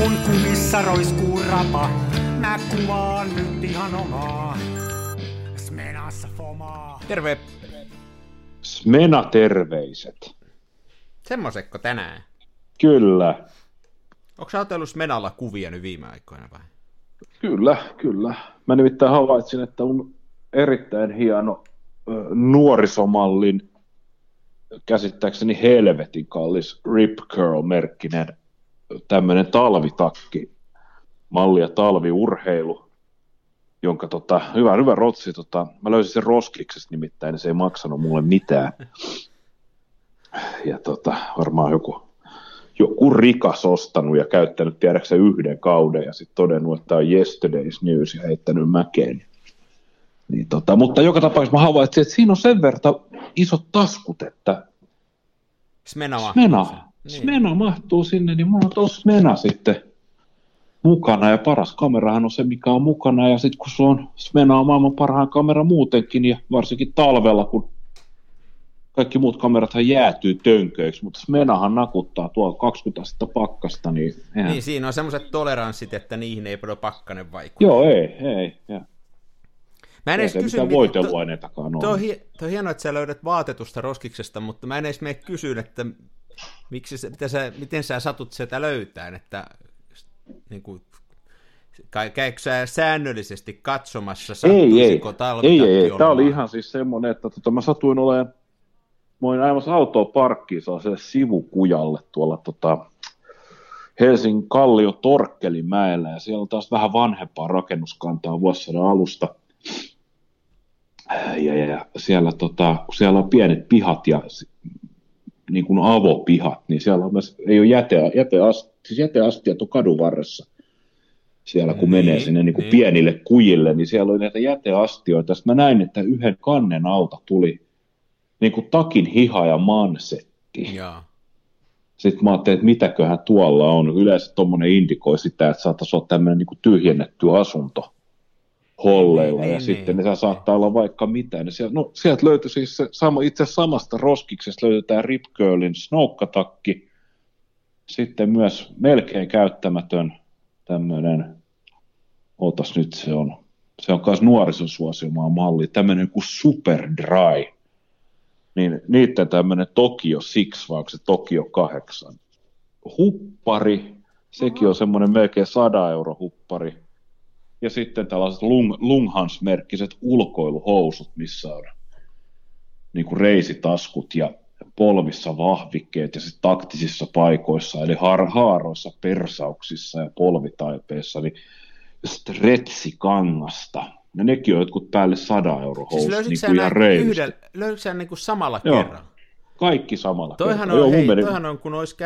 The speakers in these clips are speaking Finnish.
Mun kumissa roiskuu rapa, mä kuvaan nyt ihan omaa. Smenassa fomaa. Terve. Smena terveiset. Semmoisekko tänään? Kyllä. Onko sä otellut Smenalla kuvia nyt viime aikoina vai? Kyllä. Mä nimittäin havaitsin, että on erittäin hieno nuorisomallin, käsittääkseni helvetin kallis Rip Curl-merkkinen tämmöinen talvitakki, malli ja talviurheilu, jonka hyvä rotsi, mä löysin sen roskiksesta nimittäin, niin se ei maksanut mulle mitään. Ja varmaan joku rikas ostanut ja käyttänyt tiedäksä yhden kauden ja sitten todennut, että tämä on yesterday's news ja heittänyt mäkeen. Niin, mutta joka tapauksessa mä havaitsin, että siinä on sen verran isot taskut, että Smena mahtuu sinne, niin mulla on tuossa Smena sitten mukana, ja paras kamerahan on se, mikä on mukana, ja sitten kun sulla on Smena on maailman parhaan kamera muutenkin, ja varsinkin talvella, kun kaikki muut kamerathan jäätyy tönköiksi, mutta Smenahan nakuttaa tuolla 20 astetta pakkasta, niin... Niin, siinä on semmoiset toleranssit, että niihin ei paljon pakkanen vaikuttaa. Joo, ei. Mä en edes kysy, voiteluaineetakaan on hienoa, että sä löydät vaatetusta roskiksesta, mutta mä en edes mene kysyä, että miten sä satut sieltä löytämään, että niin kuin, käykö sä säännöllisesti katsomassa, sattuisiko talvitakki Ei. Tämä oli ihan siis semmoinen, että mä satuin olemaan, mä olin ajamassa autoa parkkiin sellaiselle sivukujalle tuolla Helsingin Kallio Torkkelimäellä, ja siellä on taas vähän vanhempaa rakennuskantaa vuosisadan alusta. Ja siellä, kun siellä on pienet pihat ja niin kuin avopihat, niin siellä on myös, ei ole jäteastiat on kadun varressa. Siellä kun menee sinne niin kuin pienille kujille, niin siellä oli näitä jäteastioita. Sitten mä näin, että yhden kannen alta tuli niin kuin takin hiha ja mansetti. Jaa. Sitten mä ajattelin, että mitäköhän tuolla on. Yleensä tuommoinen indikoi sitä, että saattaisi olla tämmöinen niin kuin tyhjennetty asunto holleilla, ja sitten ne saattaa olla vaikka mitään. Sieltä löytyi siis itse asiassa samasta roskiksesta löydetään Rip Curlin snoukkatakki, sitten myös melkein käyttämätön tämmöinen, se on myös nuorison suosiomaan malli, tämmöinen kuin Super Dry, niin niiden tämmöinen Tokio 6, vai onko se Tokio 8, huppari, sekin on semmoinen melkein 100 € huppari, ja sitten tällaiset Lunghans-merkkiset ulkoiluhousut, missä on niin kuin reisitaskut ja polvissa vahvikkeet ja sitten taktisissa paikoissa, eli haaroissa, persauksissa ja polvitaipeissa, niin sitten retsikangasta. Ja nekin on jotkut päälle 100 € housut, siis niin kuin ihan reilusti. Löydätkö sä niin kuin samalla Joo, kerran? kaikki samalla kerran. Toihan on, kun olisi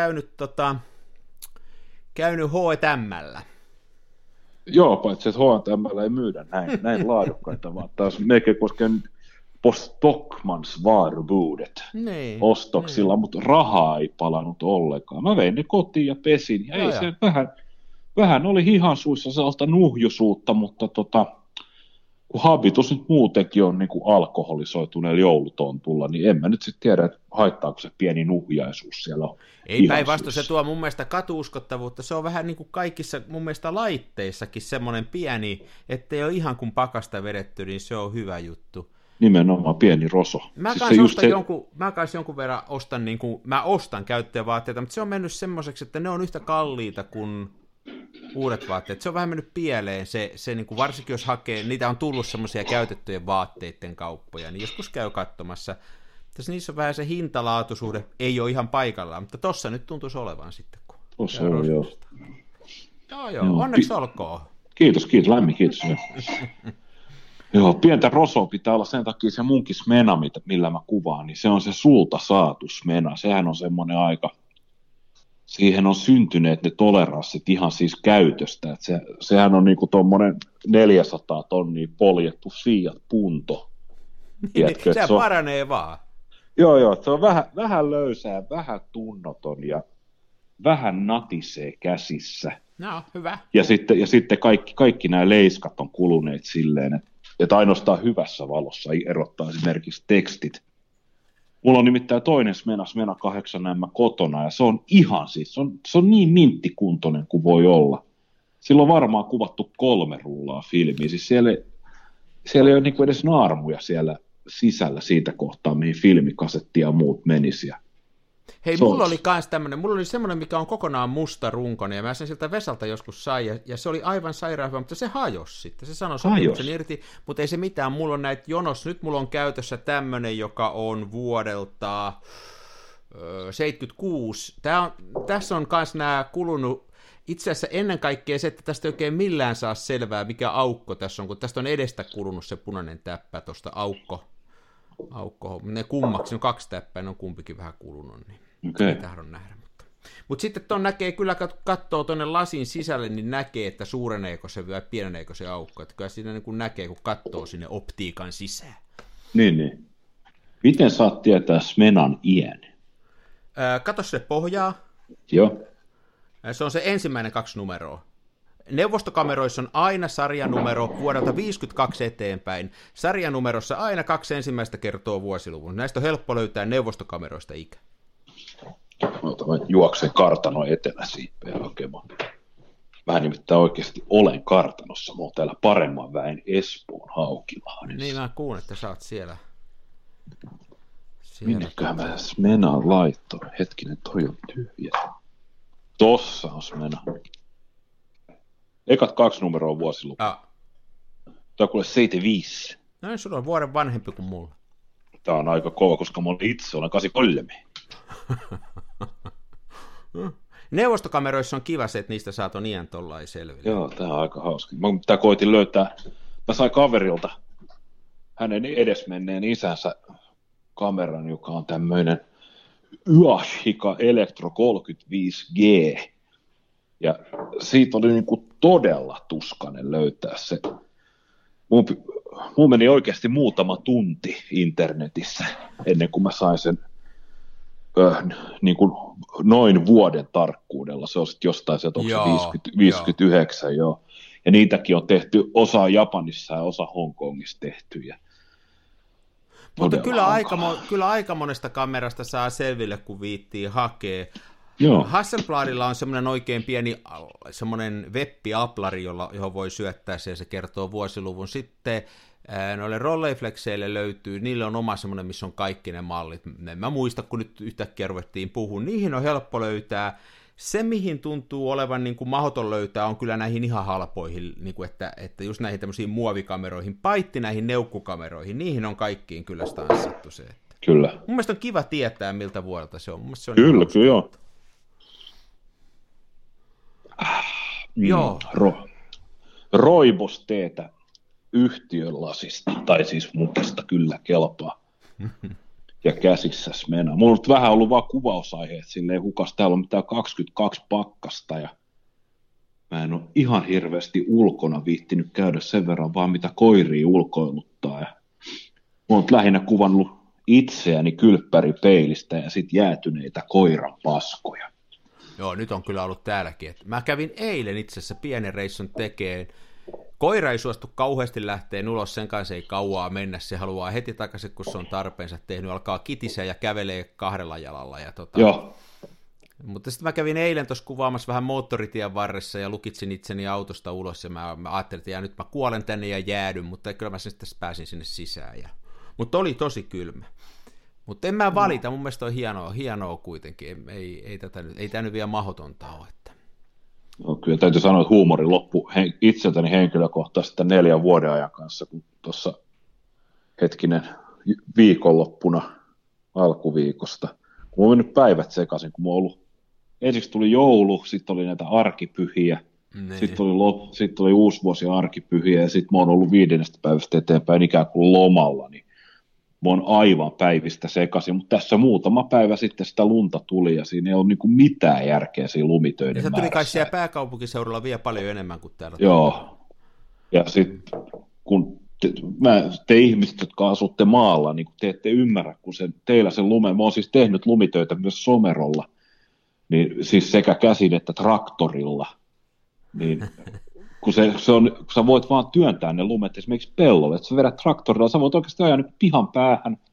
käynyt H&M:llä. Joo, paitsi että H&M:llä ei myydä näin laadukkaita, vaan taas melkein koskee Stockmans varubuudet ostoksilla, mutta rahaa ei palannut ollenkaan. Mä vein ne kotiin ja pesin, ja se vähän oli hihansuissa sellaista nuhjusuutta, mutta kun habitus nyt muutenkin on niin kuin alkoholisoituneella joulutontulla, niin en mä nyt sitten tiedä, että haittaako se pieni nuhjaisuus siellä. Ei päinvastoin, se tuo mun mielestä katuuskottavuutta. Se on vähän niin kuin kaikissa mun mielestä laitteissakin semmoinen pieni, ettei ole ihan kuin pakasta vedetty, niin se on hyvä juttu. Nimenomaan pieni roso. Mä kanssa jonkun verran ostan käyttövaatteita, mutta se on mennyt semmoiseksi, että ne on yhtä kalliita kuin uudet vaatteet. Se on vähän mennyt pieleen, se niin kuin varsinkin jos hakee, niitä on tullut semmoisia käytettyjen vaatteiden kauppoja, niin joskus käy katsomassa. Tässä niissä on vähän se hintalaatuisuhde, ei ole ihan paikallaan, mutta tossa nyt tuntuisi olevan sitten. Tossa on, joo. Joo, onneksi olkoon. Kiitos, lämmin kiitos. Joo, pientä rosoa pitää olla sen takia se munkin Smena, millä mä kuvaan, niin se on se sulta saatu Smena. Sehän on semmoinen aika, siihen on syntyneet ne toleranssit ihan siis käytöstä. Että sehän on niinku tommonen 400 tonnia poljettu Fiat Punto. Tiedätkö, se paranee vaan. Joo, se on vähän löysää, vähän tunnoton ja vähän natisee käsissä. No, hyvä. Ja sitten kaikki nämä leiskat on kuluneet silleen, että ainoastaan hyvässä valossa erottaa esimerkiksi tekstit Mulla on nimittäin toinen Smena 8M kotona, ja se on ihan siis, se on niin minttikuntoinen kuin voi olla. Sillä on varmaan kuvattu 3 rullaa filmiä, siis siellä ei ole niin kuin edes naarmuja siellä sisällä siitä kohtaa, mihin filmikasetti ja muut menisi. Hei, mulla oli kans tämmönen, mulla oli semmoinen, mikä on kokonaan musta runkonen, ja mä sen sieltä Vesalta joskus sai, ja se oli aivan sairaan hyvä, mutta se hajosi sitten, se sanoi sopimuksen irti, mutta ei se mitään, mulla on näitä jonos, nyt mulla on käytössä tämmönen, joka on vuodelta 76, tässä on kans nämä kulunut, itse asiassa ennen kaikkea se, että tästä ei oikein millään saa selvää, mikä aukko tässä on, kun tästä on edestä kulunut se punainen täppä tuosta aukko, ne kummaksi, on 2 täppää, ne on kumpikin vähän kulunut, niin ei tahdon nähdä. Mutta sitten tuon näkee, kyllä katsoo tuonne lasin sisälle, niin näkee, että suureneeko se vai pieneneekö se aukko, että kyllä siinä niin kuin näkee, kun katsoo sinne optiikan sisään. Niin. Miten saat tietää Smenan iän? Kato se pohjaa. Joo. Se on se ensimmäinen 2 numeroa. Neuvostokameroissa on aina sarjanumero vuodelta 52 eteenpäin. Sarjanumerossa aina 2 ensimmäistä kertoo vuosiluvun. Näistä on helppo löytää neuvostokameroista ikä. Mä juoksen kartanon eteläsiipeä hakemaan. Mä nimittäin oikeasti olen kartanossa. Mä oon täällä paremman väen Espoon Haukilahdessa. Niin mä kuun, että sä oot siellä. Minneköhän mä Smenaan laittoin? Hetkinen, toi on tyhjä. Tossa on Smena. Ekat 2 numeroa vuosiluku. Tää on kuule 75. No niin, sulla on vuoden vanhempi kuin mulla. Tää on aika kova, koska mä itse olen 83. Neuvostokameroissa on kiva se, että niistä saa ton iän tollain selville. Joo, tää on aika hauska. Mä koitin löytää, mä sain kaverilta hänen edesmenneen isänsä kameran, joka on tämmöinen Yashica Electro 35G. Ja siitä oli niin kuin todella tuskainen löytää se. Mun meni oikeasti muutama tunti internetissä ennen kuin mä sain sen niin kuin noin vuoden tarkkuudella. Se on sitten jostain sieltä, onko se 59, joo. Ja niitäkin on tehty osa Japanissa ja osa Hongkongissa tehty. Mutta kyllä aika monesta kamerasta saa selville, kun viittii hakee. Hasselbladilla on semmoinen oikein pieni semmoinen web-aplari, johon voi syöttää se ja se kertoo vuosiluvun. Sitten noille Rolleiflexeille löytyy, niille on oma semmoinen, missä on kaikki ne mallit. En mä muista, kun nyt yhtäkkiä ruvettiin puhua. Niihin on helppo löytää. Se, mihin tuntuu olevan niin kuin mahdoton löytää, on kyllä näihin ihan halpoihin, niin kuin että just näihin tämmöisiin muovikameroihin, paitsi näihin neukkukameroihin, niihin on kaikkiin kyllä stanssattu se. Että. Kyllä. Mun mielestä on kiva tietää, miltä vuodelta se on. Se on kyllä, kyllä joo. Joo. Roibosteetä yhtiön lasista, tai siis mukasta kyllä kelpaa. Ja käsissä Smena. Mulla on nyt vähän ollut vaan kuvausaiheet silleen hukas. Täällä on mitään 22 pakkasta ja mä en ole ihan hirveästi ulkona viittinyt käydä sen verran vaan mitä koiria ulkoiluttaa. Ja mä oon lähinnä kuvannut itseäni kylppäripeilistä ja sit jäätyneitä koiran paskoja. Joo, nyt on kyllä ollut täälläkin. Mä kävin eilen itse asiassa pienen reissun tekeen. Koira ei suostu kauheasti lähteen ulos, sen kanssa ei kauaa mennä, se haluaa heti takaisin, kun se on tarpeensa tehnyt, alkaa kitisää ja kävelee 2 jalalla. Ja Joo. Mutta sitten mä kävin eilen tuossa kuvaamassa vähän moottoritien varressa ja lukitsin itseni autosta ulos ja mä ajattelin, että nyt mä kuolen tänne ja jäädyn, mutta kyllä mä sitten pääsin sinne sisään. Mutta oli tosi kylmä. Mutta en mä valita, mun mielestä on hienoa kuitenkin, ei tämä nyt vielä mahdotonta ole. No, kyllä täytyy sanoa, että huumori loppu itseltäni henkilökohtaisesti 4 vuoden ajan kanssa, kun tuossa hetkinen viikonloppuna alkuviikosta. Kun mä oon mennyt päivät sekaisin, kun mä oon ollut, ensiksi tuli joulu, sitten oli näitä arkipyhiä, sitten oli uusvuosi arkipyhiä ja sitten mä oon ollut 5. päivästä eteenpäin ikään kuin lomalla, niin mä oon aivan päivistä sekaisin, mutta tässä muutama päivä sitten sitä lunta tuli ja siinä ei ole niin kuin mitään järkeä siinä lumitöiden määrässä. Se tuli kai siellä pääkaupunkiseudulla vielä paljon enemmän kuin täällä. Joo, ja sitten kun te ihmiset, jotka asutte maalla, niin kun te ette ymmärrä, kun teillä sen lumen, mä oon siis tehnyt lumitöitä myös Somerolla, niin siis sekä käsin että traktorilla, niin kun sä voit vaan työntää ne lumet esimerkiksi pellolle, että sä vedät traktorilla, sä voit oikeasti ajaa niin pihan päähän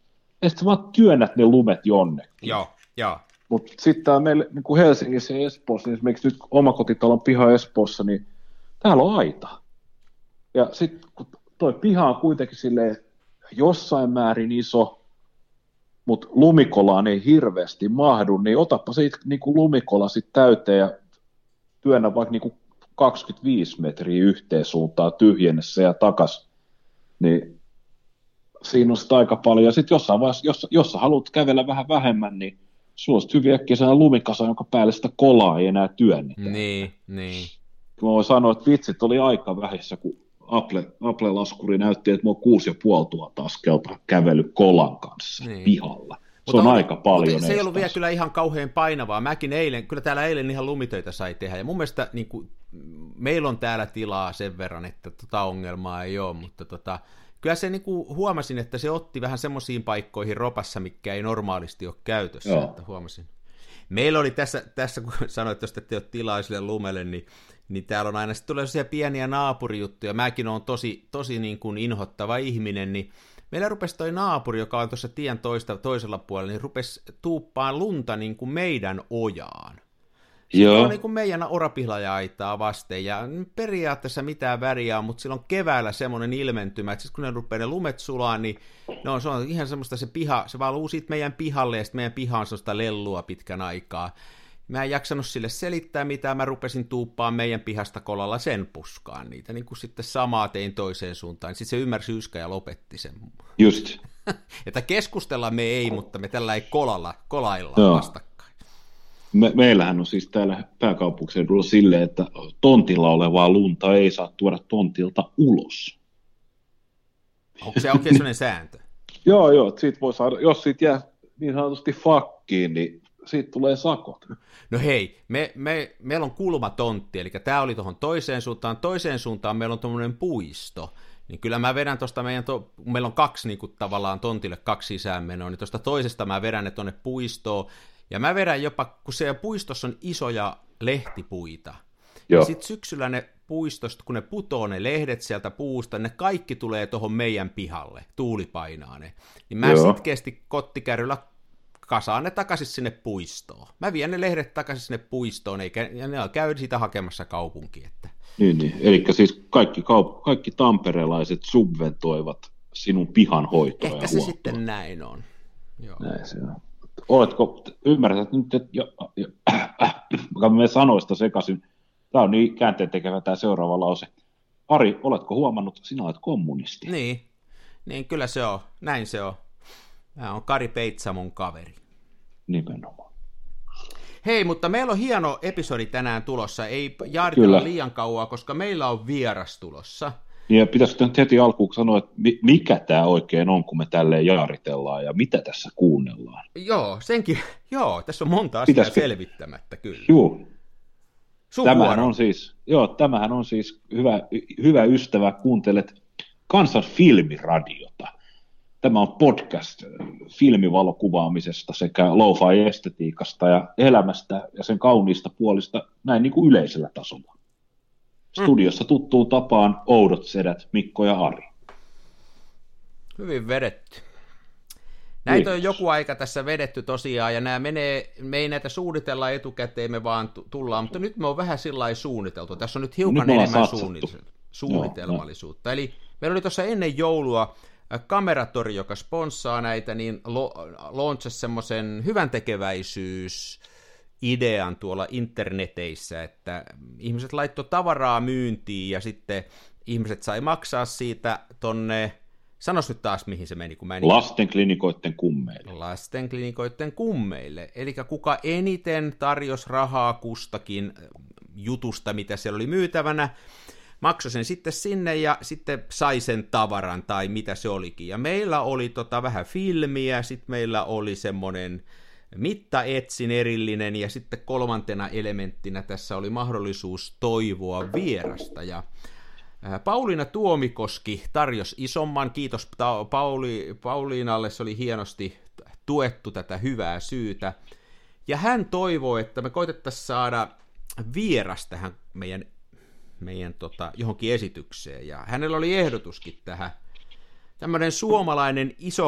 ja sitten vaan työnnät ne lumet jonnekin. Joo. Mutta sitten täällä meillä niin kuin Helsingissä ja Espoossa, niin esimerkiksi nyt omakotitalon piha Espoossa, niin täällä on aita. Ja sitten kun toi piha on kuitenkin silleen jossain määrin iso, mutta lumikolaan ei hirveästi mahdu, niin otapa siitä niin kuin lumikola sitten täyteen ja työnnä vaikka niin kuin 25 metriä yhteen suuntaan tyhjennessä ja takas, niin siinä on sitä aika paljon. Ja sitten jossain vaiheessa, jos sä haluat kävellä vähän vähemmän, niin sulla on hyvin äkkiä sellainen lumikasa, jonka päälle sitä kolaa ei enää työnnetä. Niin. Mä voin sanoa, että vitsit oli aika vähissä, kun Apple-laskuri näytti, että mä oon 6,5 askelta kävellyt kolan kanssa pihalla. Se on aika paljon. Se ei ollut vielä kyllä ihan kauhean painavaa. Mäkin eilen, kyllä täällä eilen ihan lumitöitä sai tehdä. Ja mun mielestä niin kuin, meillä on täällä tilaa sen verran, että ongelmaa ei ole, mutta kyllä se niin kuin, huomasin, että se otti vähän semmoisiin paikkoihin ropassa, mikä ei normaalisti ole käytössä. Että huomasin. Meillä oli tässä kun sanoit, että ei ole tilaa sille lumelle, niin täällä on aina, sitten tulee sellaisia pieniä naapurijuttuja. Mäkin olen tosi niin kuin inhottava ihminen, niin meillä rupesi toi naapuri, joka on tuossa tien toisella puolella, niin rupesi tuuppaan lunta niin kuin meidän ojaan. Se on niin kuin meidän orapihlaja-aitaa vasten, ja periaatteessa mitään väriä on, mutta silloin keväällä semmoinen ilmentymä, että kun ne rupeaa ne lumet sulaa, niin se on ihan semmoista se piha, se valuu siitä meidän pihalle, ja sitten meidän piha on semmoista lellua pitkän aikaa. Mä en jaksanut sille selittää mitään, mä rupesin tuuppaan meidän pihasta kolalla sen puskaan niitä, niin kuin sitten samaa tein toiseen suuntaan. Sitten se ymmärsi yskä ja lopetti sen. Just. Että keskustellaan me ei, mutta me tällä ei kolaillaan vastakkain. Meillähän on siis täällä pääkaupunkiseudulla silleen, että tontilla olevaa lunta ei saa tuoda tontilta ulos. Onko se oikein sellainen sääntö? Joo, siitä voi saada, jos siitä jää niin sanotusti fakkiin, niin siitä tulee sakot. No hei, meillä on kulmatontti, eli tämä oli tuohon toiseen suuntaan meillä on tuommoinen puisto, niin kyllä mä vedän tuosta meillä on kaksi niin kuin, tavallaan tontille 2 sisäänmenoa, niin tuosta toisesta mä vedän ne tuonne puistoon, ja mä vedän jopa, kun siellä puistossa on isoja lehtipuita, ja sitten syksyllä ne puistosta, kun ne putoo ne lehdet sieltä puusta, ne kaikki tulee tuohon meidän pihalle, tuuli painaa ne, niin mä sitkeästi kottikärryllä kasaan ne takaisin sinne puistoon. Mä vien ne lehdet takaisin sinne puistoon, ja ne käy siitä hakemassa kaupunkiin. Että. Niin. Eli siis kaikki tamperelaiset subventoivat sinun pihan hoitoa. Ehkä se sitten näin on. Joo. Näin se on. Ymmärrät nyt, että me sanoista sekaisin, tämä on niin käänteentekevä tämä seuraava lause. Ari, oletko huomannut, sinä olet kommunisti? Niin kyllä se on, näin se on. Mä oon Kari Peitsa mun kaveri. Nimenomaan. Hei, mutta meillä on hieno episodi tänään tulossa. Ei jaaritella liian kauan, koska meillä on vieras tulossa. Ja pitäisikö nyt heti alkuun sanoa, että mikä tämä oikein on, kun me tälleen jaaritellaan ja mitä tässä kuunnellaan? Tässä on monta asiaa selvittämättä kyllä. Joo. Tämähän on siis hyvä ystävä, kuuntelet Kansan filmiradiota. Tämä on podcast filmivalokuvaamisesta sekä lo-fi-estetiikasta ja elämästä ja sen kauniista puolista näin niin kuin yleisellä tasolla. Studiossa tuttuun tapaan oudot sedät Mikko ja Ari. Hyvin vedetty. Näitä on joku aika tässä vedetty tosiaan, ja me ei näitä suunnitella etukäteen, me vaan tullaan, mutta nyt me on vähän sillä suunniteltu. Tässä on nyt hiukan enemmän suunnitelmallisuutta. Eli meillä oli tuossa ennen joulua Kameratori, joka sponssaa näitä, niin launchasi semmoisen hyvän tekeväisyysidean tuolla interneteissä, että ihmiset laittoi tavaraa myyntiin ja sitten ihmiset sai maksaa siitä tonne, sanos nyt taas mihin se meni, kun mä en... Lastenklinikoitten kummeille. Eli kuka eniten tarjosi rahaa kustakin jutusta, mitä siellä oli myytävänä, maksoi sen sitten sinne ja sitten sai sen tavaran tai mitä se olikin. Ja meillä oli vähän filmiä, sitten meillä oli semmoinen mittaetsin erillinen ja sitten 3. elementtinä tässä oli mahdollisuus toivoa vierasta. Ja Pauliina Tuomikoski tarjosi isomman, kiitos Pauliinalle, se oli hienosti tuettu tätä hyvää syytä. Ja hän toivoi, että me koitettaisiin saada vieras tähän meidän johonkin esitykseen, ja hänellä oli ehdotuskin tähän. Tämmöinen suomalainen iso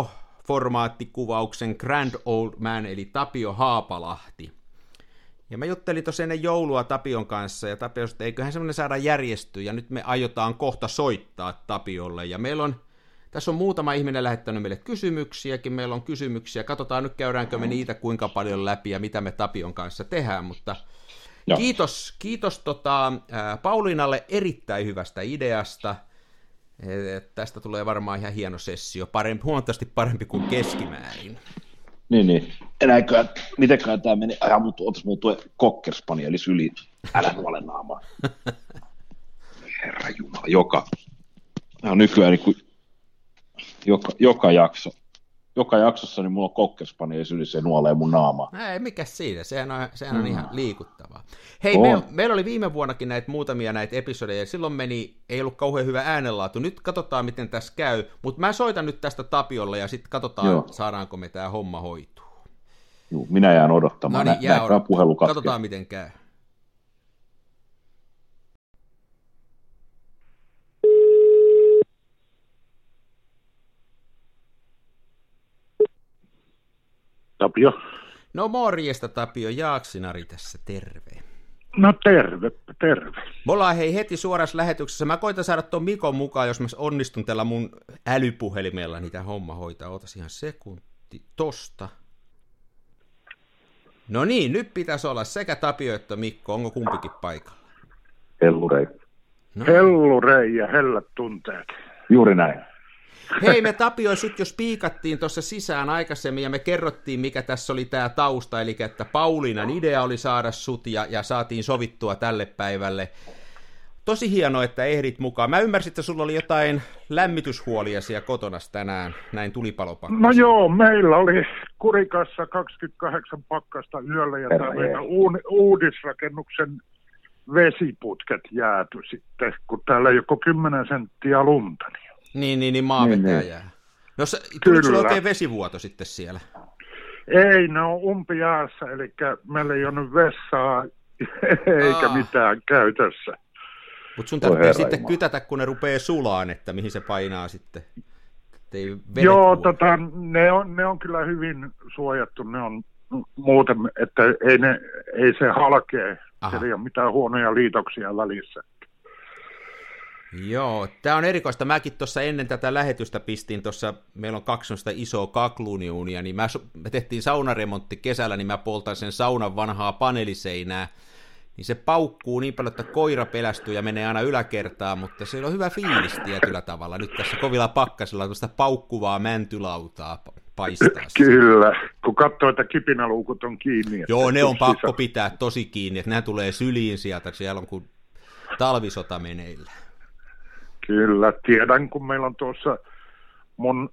isofformaattikuvauksen Grand Old Man, eli Tapio Haapalahti. Ja mä juttelin tuossa ennen joulua Tapion kanssa, ja Tapio sanoi, että eiköhän semmoinen saada järjestyä, ja nyt me aiotaan kohta soittaa Tapiolle, ja tässä on muutama ihminen lähettänyt meille kysymyksiäkin, meillä on kysymyksiä, katsotaan nyt käydäänkö me niitä kuinka paljon läpi, ja mitä me Tapion kanssa tehdään, mutta joo. Kiitos Pauliinalle erittäin hyvästä ideasta. Tästä tulee varmaan ihan hieno sessio, huomattavasti parempi kuin keskimäärin. Niin. Enääkään, mitenkään tämä meni, otas mulla tuo Cocker-spanieli syliin, älä nuole naamaa. Herra Jumala, nykyään niin kuin, joka jaksossa niin mulla on Cocker-spanieli syliin, se nuolee mun naamaa. Ei, mikäs siinä, sehän on ihan liikuttavaa. Hei, meillä oli viime vuonnakin muutamia näitä episodeja, ja silloin ei ollut kauhean hyvä äänenlaatu. Nyt katsotaan, miten tässä käy, mutta mä soitan nyt tästä Tapiolle, ja sitten katsotaan, saadaanko me tämä homma hoituu. Joo, minä jään odottamaan. Katsotaan, miten käy. Tapio. No morjesta Tapio, Jaaksinari tässä, terve. No terve. Me ollaan heti suorassa lähetyksessä. Mä koitan saada tuon Mikon mukaan, jos mä onnistun tällä mun älypuhelimella niitä homma hoitaa. Ootas ihan sekunti tosta. No niin, nyt pitäisi olla sekä Tapio että Mikko. Onko kumpikin paikalla? Hellurei. No. Hellurei ja hellät tunteet. Juuri näin. Hei, me Tapio sitten jo spiikattiin tuossa sisään aikaisemmin ja me kerrottiin, mikä tässä oli tämä tausta, eli että Pauliinan idea oli saada sut ja saatiin sovittua tälle päivälle. Tosi hienoa, että ehdit mukaan. Mä ymmärsin, että sulla oli jotain lämmityshuolia siellä kotona tänään, näin tulipalopakkasta. No joo, meillä oli Kurikassa 28 pakkasta yöllä ja tämä meidän uudisrakennuksen vesiputket jääty sitten, kun täällä ei ole 10 senttiä lunta. Niin maavetäjää jää. No tuliko sulla oikein vesivuoto sitten siellä? Ei, ne on umpijäässä, eli meillä ei ole nyt vessaa eikä mitään käytössä. Mutta sun tarvitsee sitten kytätä, kun ne rupeaa sulaan, että mihin se painaa sitten. Joo, ne on kyllä hyvin suojattu, ne on muuten, että ei se halkee, siellä ei ole mitään huonoja liitoksia välissä. Joo, tämä on erikoista. Mäkin tuossa ennen tätä lähetystä pistin tuossa, meillä on 2 isoa kakluuniunia, niin me tehtiin saunaremontti kesällä, niin mä poltan sen saunan vanhaa paneeliseinää, niin se paukkuu niin paljon, että koira pelästyy ja menee aina yläkertaan, mutta se on hyvä fiilis tietyllä tavalla. Nyt tässä kovilla pakkasella tuosta paukkuvaa mäntylautaa paistaa. Kyllä, kun katsoo, että kipinäluukut on kiinni. Joo, ne on pakko pitää tosi kiinni, että nämä tulee syliin sieltä, siellä on kun talvisota meneillä. Kyllä, tiedän, kun meillä on tuossa mun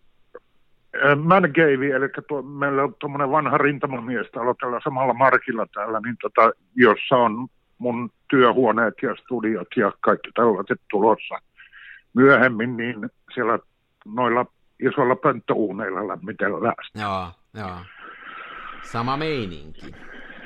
Mancave, eli meillä on tuommoinen vanha rintamamies täällä tällä samalla markilla täällä, niin jossa on mun työhuoneet ja studiot ja kaikki tällaiset tulossa myöhemmin, niin siellä noilla isoilla pönttöuuneilla lämmitellään. Joo. Sama meininki.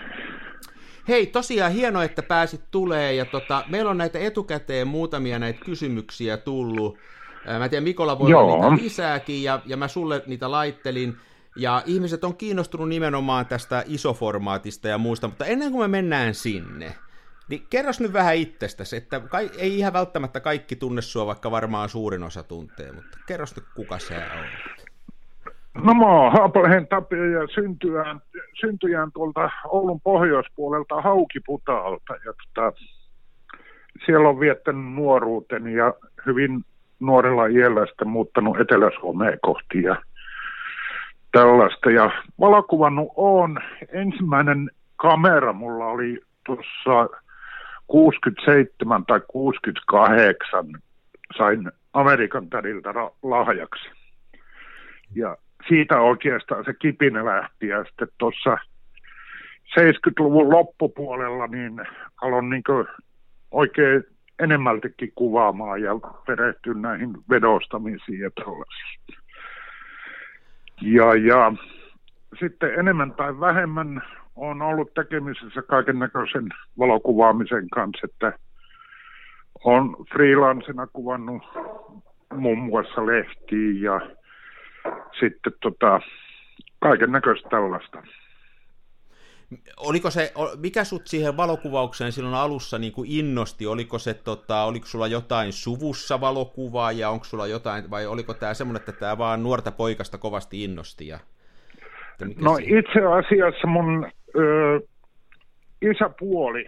Hei, tosiaan hienoa, että pääsit tulee ja meillä on näitä etukäteen muutamia näitä kysymyksiä tullut. Mä en tiedä, Mikolla voi olla niitä lisääkin ja mä sulle niitä laittelin. Ja ihmiset on kiinnostunut nimenomaan tästä isoformaatista ja muusta, mutta ennen kuin me mennään sinne, niin kerros nyt vähän itsestäsi, että ei ihan välttämättä kaikki tunne sua, vaikka varmaan suurin osa tuntee, mutta kerros nyt kuka sä olet. No mä oon Haapalahden Tapio ja syntyjään tuolta Oulun pohjoispuolelta Haukiputaalta. Ja siellä on viettänyt nuoruuteni ja hyvin nuorella iällä sitten muuttanut Etelä-Suomeen kohti ja tällaista. Ja valokuvannut on. Ensimmäinen kamera mulla oli tuossa 67 tai 68. Sain Amerikan tädiltä lahjaksi. Ja siitä oikeastaan se kipinä lähti ja sitten tuossa 70-luvun loppupuolella niin aloin niin oikein enemmältikin kuvaamaan ja perehtyä näihin vedostamisiin ja tällaisiin. Ja sitten enemmän tai vähemmän olen ollut tekemisissä kaiken näköisen valokuvaamisen kanssa, että olen freelancena kuvannut muun muassa lehtiin ja sitten kaiken näköistä tällaista. Oliko se, mikä sut siihen valokuvaukseen silloin alussa niin kuin innosti? Oliko sulla jotain suvussa valokuvaa ja onko sulla jotain, vai oliko tämä semmoinen, että tämä vaan nuorta poikasta kovasti innosti? No itse asiassa mun isäpuoli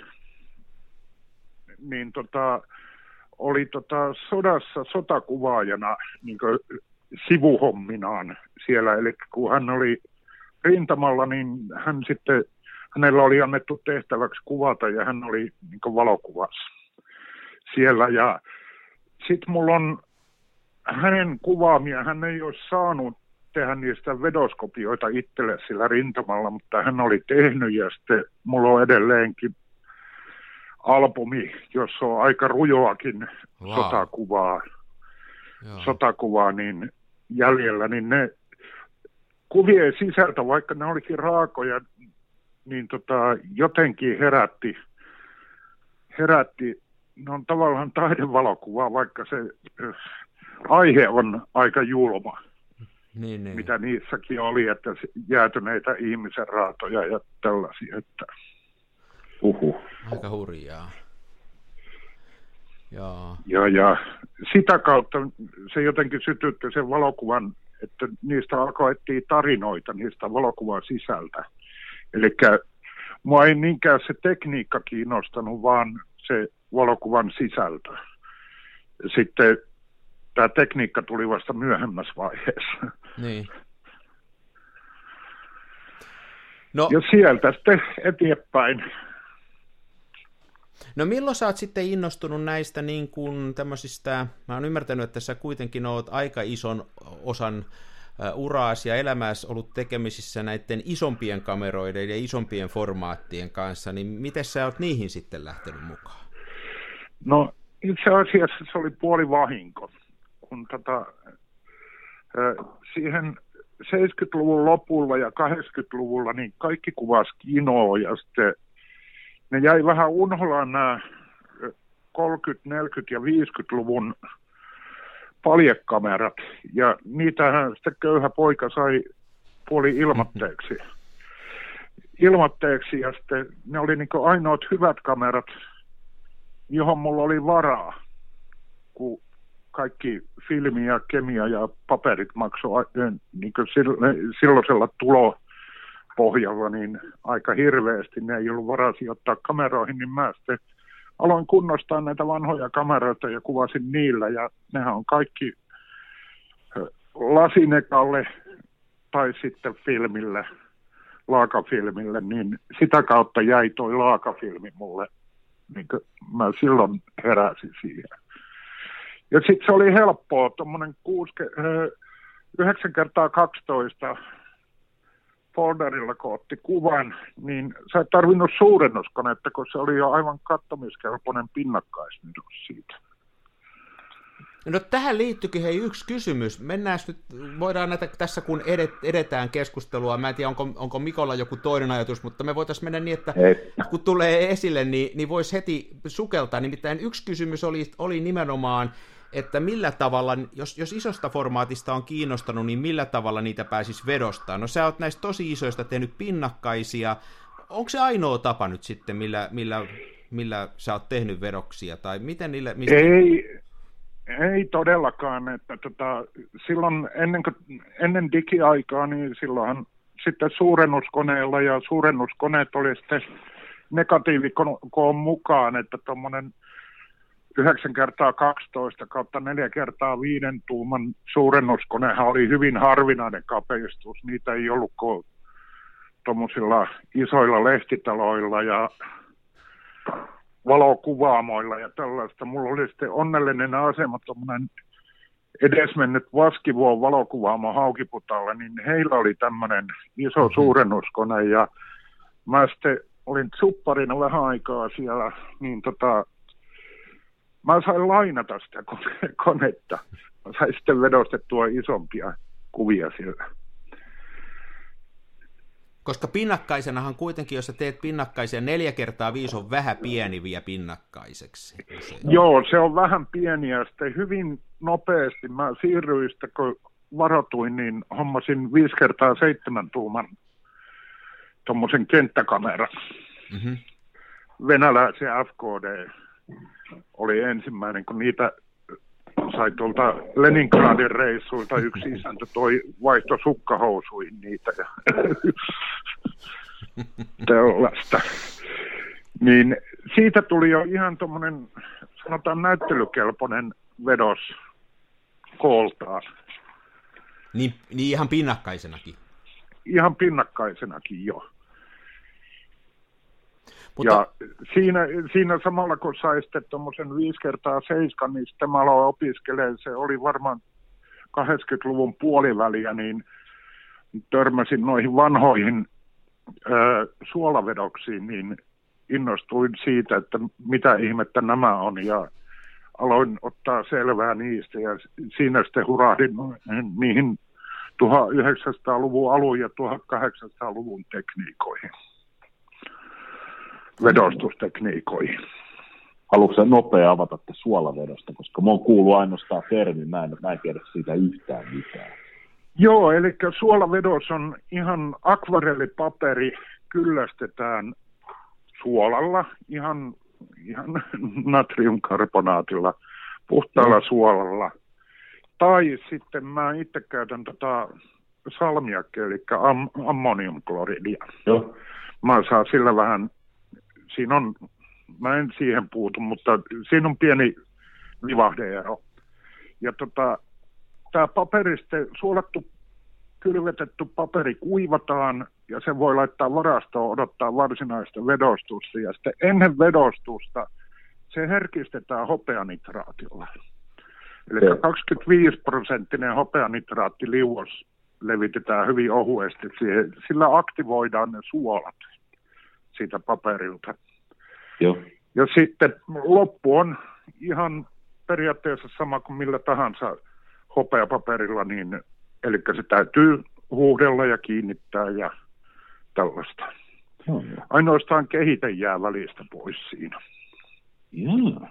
niin oli sodassa sotakuvaajana niin sivuhomminaan siellä, eli kun hän oli rintamalla, niin hänellä oli annettu tehtäväksi kuvata ja hän oli niin valokuvassa siellä. Ja sitten mulla on hänen kuvaamia, hän ei ole saanut tehdä niistä vedoskopioita itselle sillä rintamalla, mutta hän oli tehnyt ja sitten mulla on edelleenkin albumi, jossa on aika rujoakin sotakuvaa niin jäljellä, niin ne kuvien sisältö, vaikka ne olikin raakoja, niin jotenkin herätti, ne on tavallaan taidevalokuvaa, vaikka se aihe on aika julma, niin. Mitä niissäkin oli, että jäätyneitä ihmisen raatoja ja tällaisia, että Aika hurjaa. Ja sitä kautta se jotenkin sytytti sen valokuvan, että niistä alkoi etsiä tarinoita niistä valokuvan sisältä. Eli mua ei niinkään se tekniikka kiinnostanut, vaan se valokuvan sisältö. Sitten tämä tekniikka tuli vasta myöhemmässä vaiheessa. Niin. Ja sieltä sitten eteenpäin. No milloin sä oot sitten innostunut näistä niin kuin tämmöisistä, mä oon ymmärtänyt, että sä kuitenkin oot aika ison osan uraasi ja elämässä ollut tekemisissä näiden isompien kameroiden ja isompien formaattien kanssa, niin miten sä oot niihin sitten lähtenyt mukaan? No itse asiassa se oli puoli vahinko, kun siihen 70-luvun lopulla ja 80-luvulla niin kaikki kuvasi kinoa ja sitten ne jäi vähän unholaan nämä 30-, 40- ja 50-luvun paljekamerat, ja niitähän sitten köyhä poika sai puoli ilmatteeksi, ja sitten ne oli niin kuin ainoat hyvät kamerat, johon mulla oli varaa, kun kaikki filmi ja kemia ja paperit maksoi niin kuin silloisella tulopohjalla niin aika hirveästi, ne ei ollut varaa sijoittaa kameroihin, niin mä sitten aloin kunnostaa näitä vanhoja kameroita ja kuvasin niillä, ja nehän on kaikki lasinekalle tai sitten filmille, laakafilmille, niin sitä kautta jäi toi laakafilmi mulle, niin kuin mä silloin heräsin siihen. Ja sitten se oli helppoa, tuommoinen 9x12 folderilla, kun otti kuvan, niin sä et tarvinnut suurennuskonetta, kun se oli jo aivan kattomiskelpoinen pinnakkaisvedos siitä. No tähän liittyykin yksi kysymys. Mennään nyt, voidaan näitä tässä kun edetään keskustelua, mä en tiedä onko Mikolla joku toinen ajatus, mutta me voitaisiin mennä niin, että kun tulee esille, niin voisi heti sukeltaa. Nimittäin yksi kysymys oli nimenomaan, että millä tavalla, jos isosta formaatista on kiinnostanut, niin millä tavalla niitä pääsisi vedostaan? No sä oot näistä tosi isoista tehnyt pinnakkaisia. Onko se ainoa tapa nyt sitten, millä sä oot tehnyt vedoksia? Tai miten niille... Ei todellakaan. Että silloin ennen digiaikaa, niin silloinhan sitten suurennuskoneella, ja suurennuskoneet oli sitten negatiivikoon mukaan, että tuommoinen 9x12 kautta 4x5 tuuman suurennuskonehan oli hyvin harvinainen kapeistus. Niitä ei ollut kuin tuommoisilla isoilla lehtitaloilla ja valokuvaamoilla ja tällaista. Mulla oli sitten onnellinen asema tuommoinen edesmennyt Vaskivuon valokuvaamo Haukiputaalla, niin heillä oli tämmöinen iso suurennuskone, ja mä sitten olin supparina vähän aikaa siellä, niin mä sain lainata sitä konetta. Mä sain sitten vedostettua isompia kuvia siellä. Koska pinnakkaisenahan kuitenkin, jos sä teet pinnakkaisia 4x5 on vähän pieniviä pinnakkaiseksi. Joo, se on vähän pieniä. Sitten hyvin nopeasti mä siirryin sitä, kun varoituin, niin hommasin 5x7 tuuman tuommoisen kenttäkameran. Mm-hmm. Venäläisen FKD oli ensimmäinen, kun niitä sai tuolta Leningradin reissuilta yksi isäntä vaihto sukkahousuihin niitä ja tällaista. Niin siitä tuli jo ihan tuommoinen, sanotaan näyttelykelpoinen vedos kooltaan. Niin ihan pinnakkaisenakin. Ihan pinnakkaisenakin jo. Mutta... Ja siinä samalla kun sai sitten tuommoisen 5x7, niin sitten mä aloin opiskelemaan, se oli varmaan 80-luvun puoliväliä, niin törmäsin noihin vanhoihin suolavedoksiin, niin innostuin siitä, että mitä ihmettä nämä on, ja aloin ottaa selvää niistä, ja siinä sitten hurahdin niihin 1900-luvun alun ja 1800-luvun tekniikoihin, vedostustekniikoihin. Haluatko sä nopea avata tätä suolavedosta, koska mä oon kuullut ainoastaan termin, mä en tiedä siitä yhtään mitään. Joo, eli suolavedos on ihan akvarellipaperi, kyllästetään suolalla, ihan natriumkarbonaatilla, puhtaalla suolalla. Tai sitten mä itse käytän salmiakkia, eli ammoniumkloridia. Joo. Mä saan sillä vähän, mä en siihen puutu, mutta siinä on pieni vivahdeero. Ja tämä paperi sitten, suolattu, kylvetetty paperi kuivataan, ja se voi laittaa varastoon odottaa varsinaista vedostusta. Ja sitten ennen vedostusta se herkistetään hopeanitraatilla. Eli 25% hopeanitraattiliuos levitetään hyvin ohuesti siihen. Sillä aktivoidaan ne suolat siitä paperilta. Joo. Ja sitten loppu on ihan periaatteessa sama kuin millä tahansa hopeapaperilla, niin, eli se täytyy huuhdella ja kiinnittää ja tällaista. Ainoastaan kehite jää välistä pois siinä. Joo.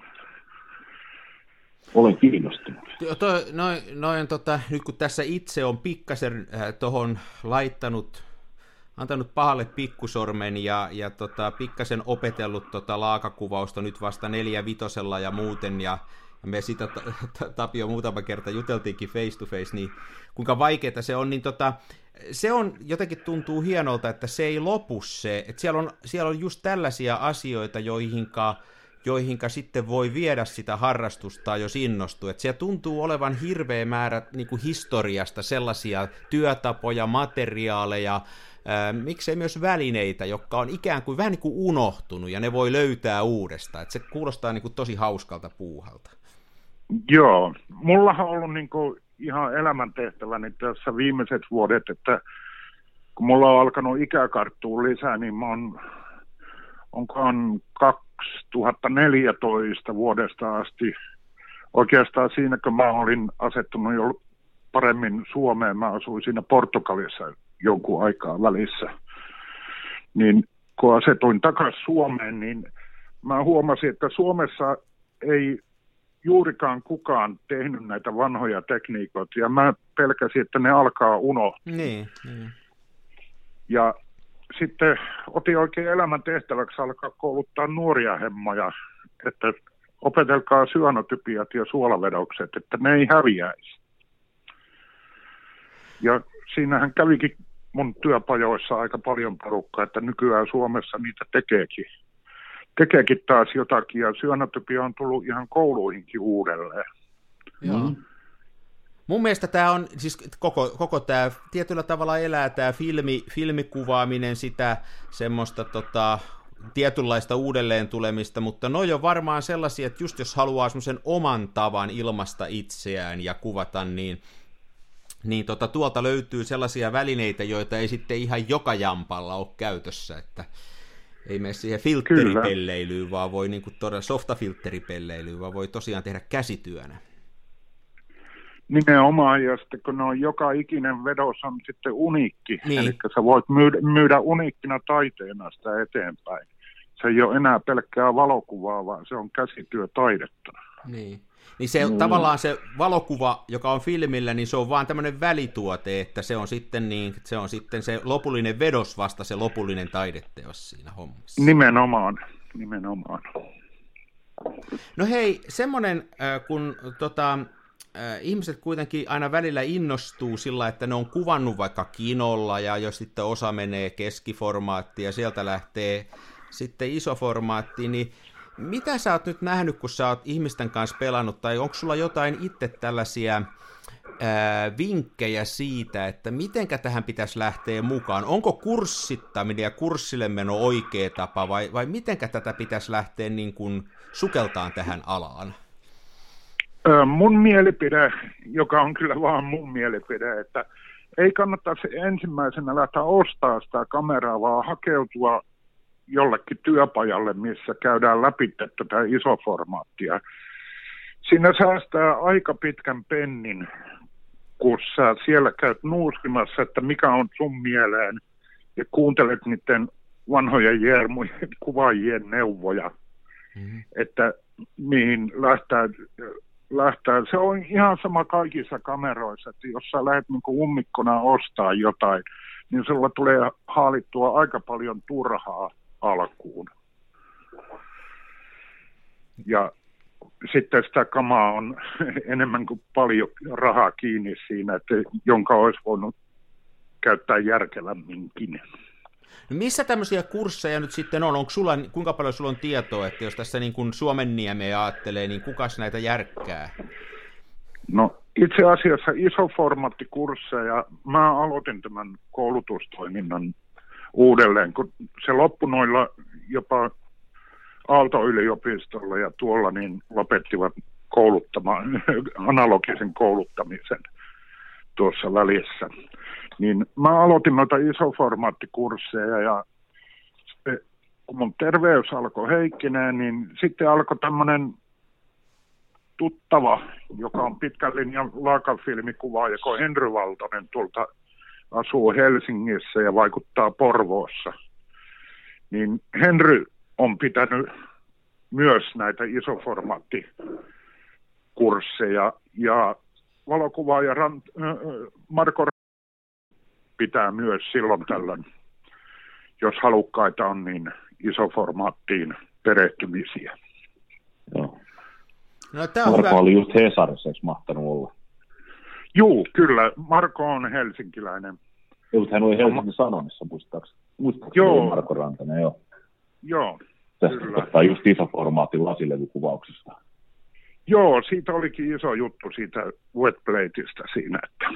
Olen kiinnostunut. Nyt kun tässä itse on pikkasen tuohon antanut pahalle pikkusormen ja pikkasen opetellut laakakuvausta nyt vasta 4/5 ja muuten, ja me sitä Tapio muutama kerta juteltiinkin face to face, niin kuinka vaikeaa se on, niin se on jotenkin tuntuu hienolta, että se ei lopu se, että siellä on just tällaisia asioita, joihinka sitten voi viedä sitä harrastusta, jos innostuu. Että siellä tuntuu olevan hirveä määrä niin kuin historiasta sellaisia työtapoja, materiaaleja, miksei myös välineitä, jotka on ikään kuin vähän niin kuin unohtunut, ja ne voi löytää uudestaan. Että se kuulostaa niin kuin tosi hauskalta puuhalta. Joo, mullahan on ollut niin kuin ihan elämäntehtäväni tässä viimeiset vuodet, että kun mulla on alkanut ikä karttua lisää, niin mä onkohan 2014 vuodesta asti, oikeastaan siinä kun mä olin asettunut jo paremmin Suomeen, mä asuin siinä Portugalissa jonkun aikaa välissä, niin kun asetuin takaisin Suomeen, niin mä huomasin, että Suomessa ei juurikaan kukaan tehnyt näitä vanhoja tekniikoita, ja mä pelkäsin, että ne alkaa unohtua. Niin. Ja sitten otin oikein elämän tehtäväksi alkaa kouluttaa nuoria hemmoja, että opetelkaa syanotypiat ja suolavedokset, että ne ei häviäisi. Ja siinähän kävikin mun työpajoissa aika paljon porukkaa, että nykyään Suomessa niitä tekeekin taas jotakin, ja syönotypia on tullut ihan kouluihinkin uudelleen. Joo. Mun mielestä tämä on, siis koko tämä tietyllä tavalla elää tämä filmikuvaaminen, sitä semmoista tietynlaista uudelleen tulemista, mutta ne on varmaan sellaisia, että just jos haluaa semmoisen oman tavan ilmaista itseään ja kuvata, niin tuolta löytyy sellaisia välineitä, joita ei sitten ihan joka jampalla ole käytössä, että ei mene siihen filtteripelleilyyn, vaan voi niin kuin todella softafiltteripelleilyyn, vaan voi tosiaan tehdä käsityönä. Nimenomaan, ja sitten kun joka ikinen vedos on sitten uniikki, niin. Eli sä voit myydä uniikkina taiteena sitä eteenpäin. Se ei ole enää pelkkää valokuvaa, vaan se on käsityötaidetta. Niin. Niin se tavallaan se valokuva, joka on filmillä, niin se on vaan tämmöinen välituote, että se on sitten se lopullinen vedos vasta se lopullinen taideteos siinä hommassa. Nimenomaan. No hei, semmoinen, kun ihmiset kuitenkin aina välillä innostuu sillä, että ne on kuvannut vaikka kinolla, ja jos sitten osa menee keskiformaattiin, ja sieltä lähtee sitten isoformaattiin, niin mitä sä oot nyt nähnyt, kun sä oot ihmisten kanssa pelannut, tai onko sulla jotain itse tällaisia vinkkejä siitä, että mitenkä tähän pitäisi lähteä mukaan? Onko kurssittaminen ja kurssille meno oikea tapa, vai mitenkä tätä pitäisi lähteä niin kuin sukeltaan tähän alaan? Mun mielipide, joka on kyllä vaan mun mielipide, että ei kannattaisi ensimmäisenä lähteä ostaa sitä kameraa, vaan hakeutua jollekin työpajalle, missä käydään läpi tätä isoformaattia. Siinä säästää aika pitkän pennin, kun sä siellä käyt nuuskimassa, että mikä on sun mieleen, ja kuuntelet niiden vanhojen jermujen kuvaajien neuvoja, että mihin lähtää. Se on ihan sama kaikissa kameroissa, että jos sä lähdet niin kuin ummikkona ostaa jotain, niin sulla tulee haalittua aika paljon turhaa alkuun. Ja sitten sitä kamaa on enemmän kuin paljon rahaa kiinni siinä, että jonka olisi voinut käyttää järkevämminkin. No missä tämmöisiä kursseja nyt sitten on? Onko sulla, kuinka paljon sulla on tietoa, että jos tässä niin kuin Suomenniemeä ajattelee, niin kukas näitä järkkää? No itse asiassa isoformaattikursseja, mä aloitin tämän koulutustoiminnan uudelleen, kun se loppui noilla jopa Aalto-yliopistolla ja tuolla niin lopettivat analogisen kouluttamisen tuossa välissä. Niin mä aloitin noita isoformaattikursseja ja kun mun terveys alkoi heikkineen, niin sitten alkoi tämmöinen tuttava, joka on pitkän linjan laakafilmikuvaaja, kun Henry Valtonen tuolta asuu Helsingissä ja vaikuttaa Porvoossa. Niin Henry on pitänyt myös näitä isoformaattikursseja ja valokuvaaja Marko pitää myös silloin tällöin, jos halukkaita on, niin isoformaattiin perehtymisiä. Joo. No, Marko hyvä. Oli just Hesarissa, eikö mahtanut olla? Juu, kyllä. Marko on helsinkiläinen. Joo, hän oli Helsingin Sanomissa, muistaakseni. Joo. Marko Rantanen, joo. Joo, tästä kyllä. Just isoformaatin lasilevykuvauksesta. Joo, siitä olikin iso juttu siitä wetplateista siinä, että...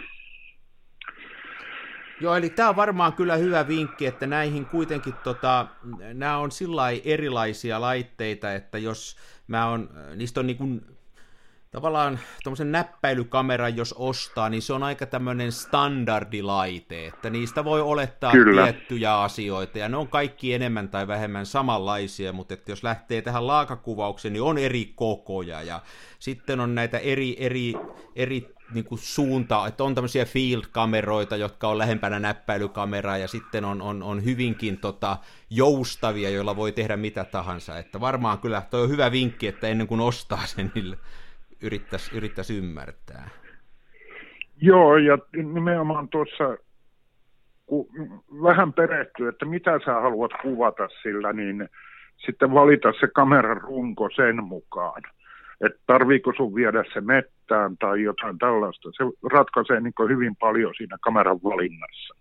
Joo, eli tämä on varmaan kyllä hyvä vinkki, että näihin kuitenkin, nämä on sillai erilaisia laitteita, että jos niistä on niin kuin, tavallaan tuommoisen näppäilykameran, jos ostaa, niin se on aika tämmöinen standardilaite, että niistä voi olettaa kyllä tiettyjä asioita, ja ne on kaikki enemmän tai vähemmän samanlaisia, mutta että jos lähtee tähän laakakuvaukseen, niin on eri kokoja, ja sitten on näitä eri niin kuin suunta, että on tämmöisiä field-kameroita, jotka on lähempänä näppäilykameraa, ja sitten on hyvinkin joustavia, joilla voi tehdä mitä tahansa, että varmaan kyllä toi on hyvä vinkki, että ennen kuin ostaa sen, niin yrittäisi ymmärtää. Joo, ja nimenomaan tuossa, kun vähän perehtyy, että mitä sä haluat kuvata sillä, niin sitten valita se kameran runko sen mukaan. Että tarviiko sun viedä se mettään tai jotain tällaista. Se ratkaisee niin kuin hyvin paljon siinä kameran valinnassa.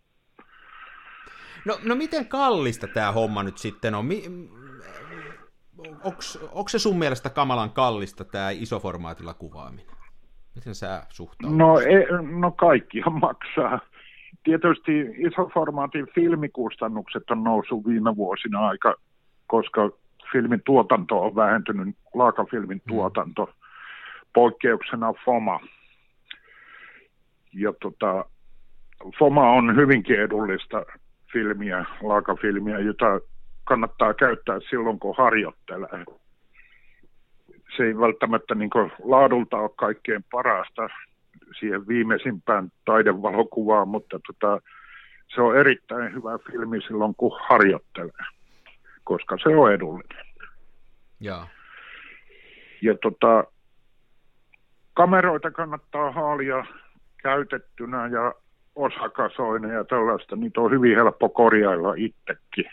No miten kallista tämä homma nyt sitten on? Onko se sun mielestä kamalan kallista tämä isoformaatilla kuvaaminen? Miten sä suhtaudut? No kaikkihan maksaa. Tietysti isoformaatin filmikustannukset on noussut viime vuosina aika, koska filmin tuotanto on vähentynyt, laakafilmin tuotanto, poikkeuksena FOMA. Ja FOMA on hyvinkin edullista filmiä, laakafilmiä, jota kannattaa käyttää silloin, kun harjoittelee. Se ei välttämättä niin kuin laadulta ole kaikkein parasta siihen viimeisimpään taidevalokuvaan, mutta se on erittäin hyvä filmi silloin, kun harjoittelee, koska se on edullinen. Ja kameroita kannattaa haalia käytettynä ja osakasoina ja tällaista. Niitä on hyvin helppo korjailla itsekin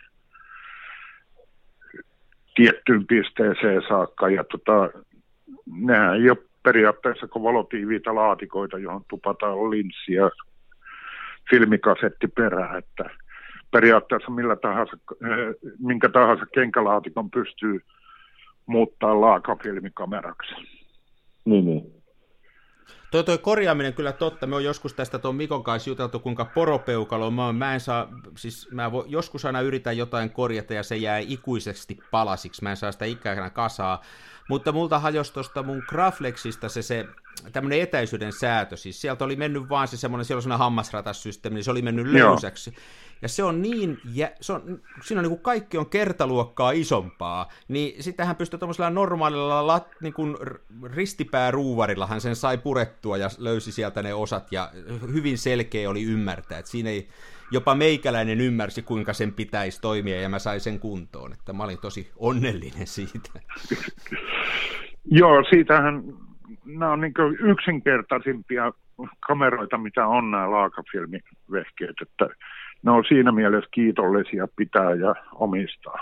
tiettyyn pisteeseen saakka. Ja nehän ei ole periaatteessa kuin valotiiviitä laatikoita, johon tupataan linssi ja filmikasetti perään, että periaatteessa minkä tahansa kenkälaatikon pystyy muuttaa laakafilmikameraksi. Niin. Toi korjaaminen kyllä totta. Me on joskus tästä tuon Mikon kanssa juteltu, kuinka poropeukalo joskus aina yritän jotain korjata ja se jää ikuisesti palasiksi. Mä en saa sitä ikään kasaa. Mutta multa hajosi tuosta mun Graflexista se tämmöinen etäisyyden säätö. Siis sieltä oli mennyt vaan siellä on semmoinen hammasratassysteemi, niin se oli mennyt löysäksi. Ja se on siinä on niin kuin kaikki on kertaluokkaa isompaa, niin sittenhän pystyy tuollaisella normaalilla niin kuin ristipääruuvarillahan sen sai purettua ja löysi sieltä ne osat ja hyvin selkeä oli ymmärtää, että siinä ei jopa meikäläinen ymmärsi, kuinka sen pitäisi toimia ja mä sain sen kuntoon, että mä olin tosi onnellinen siitä. Joo, siitähän nämä on niin kuin yksinkertaisimpia kameroita, mitä on nämä laakafilmivehkeet, että ne on siinä mielessä kiitollisia pitää ja omistaa.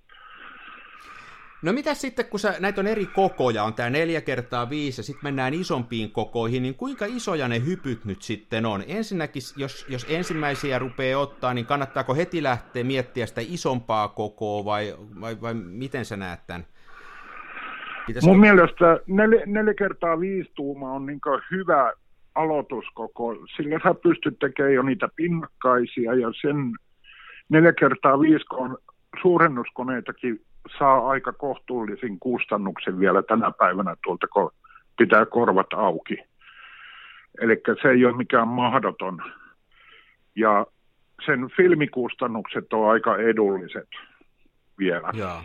No mitä sitten, kun näitä on eri kokoja, on tämä 4x5 ja sitten mennään isompiin kokoihin, niin kuinka isoja ne hypyt nyt sitten on? Ensinnäkin, jos ensimmäisiä rupeaa ottaa, niin kannattaako heti lähteä miettiä sitä isompaa kokoa vai miten sä näet tämän? Mun mielestä 4x5 tuuma on niin kuin hyvä aloituskoko, sillä sä pystyt tekemään jo niitä pinnakkaisia ja sen 4x5 suurennuskoneitakin saa aika kohtuullisin kustannuksen vielä tänä päivänä tuolta, kun pitää korvat auki. Eli se ei ole mikään mahdoton. Ja sen filmikustannukset on aika edulliset vielä. Jaa.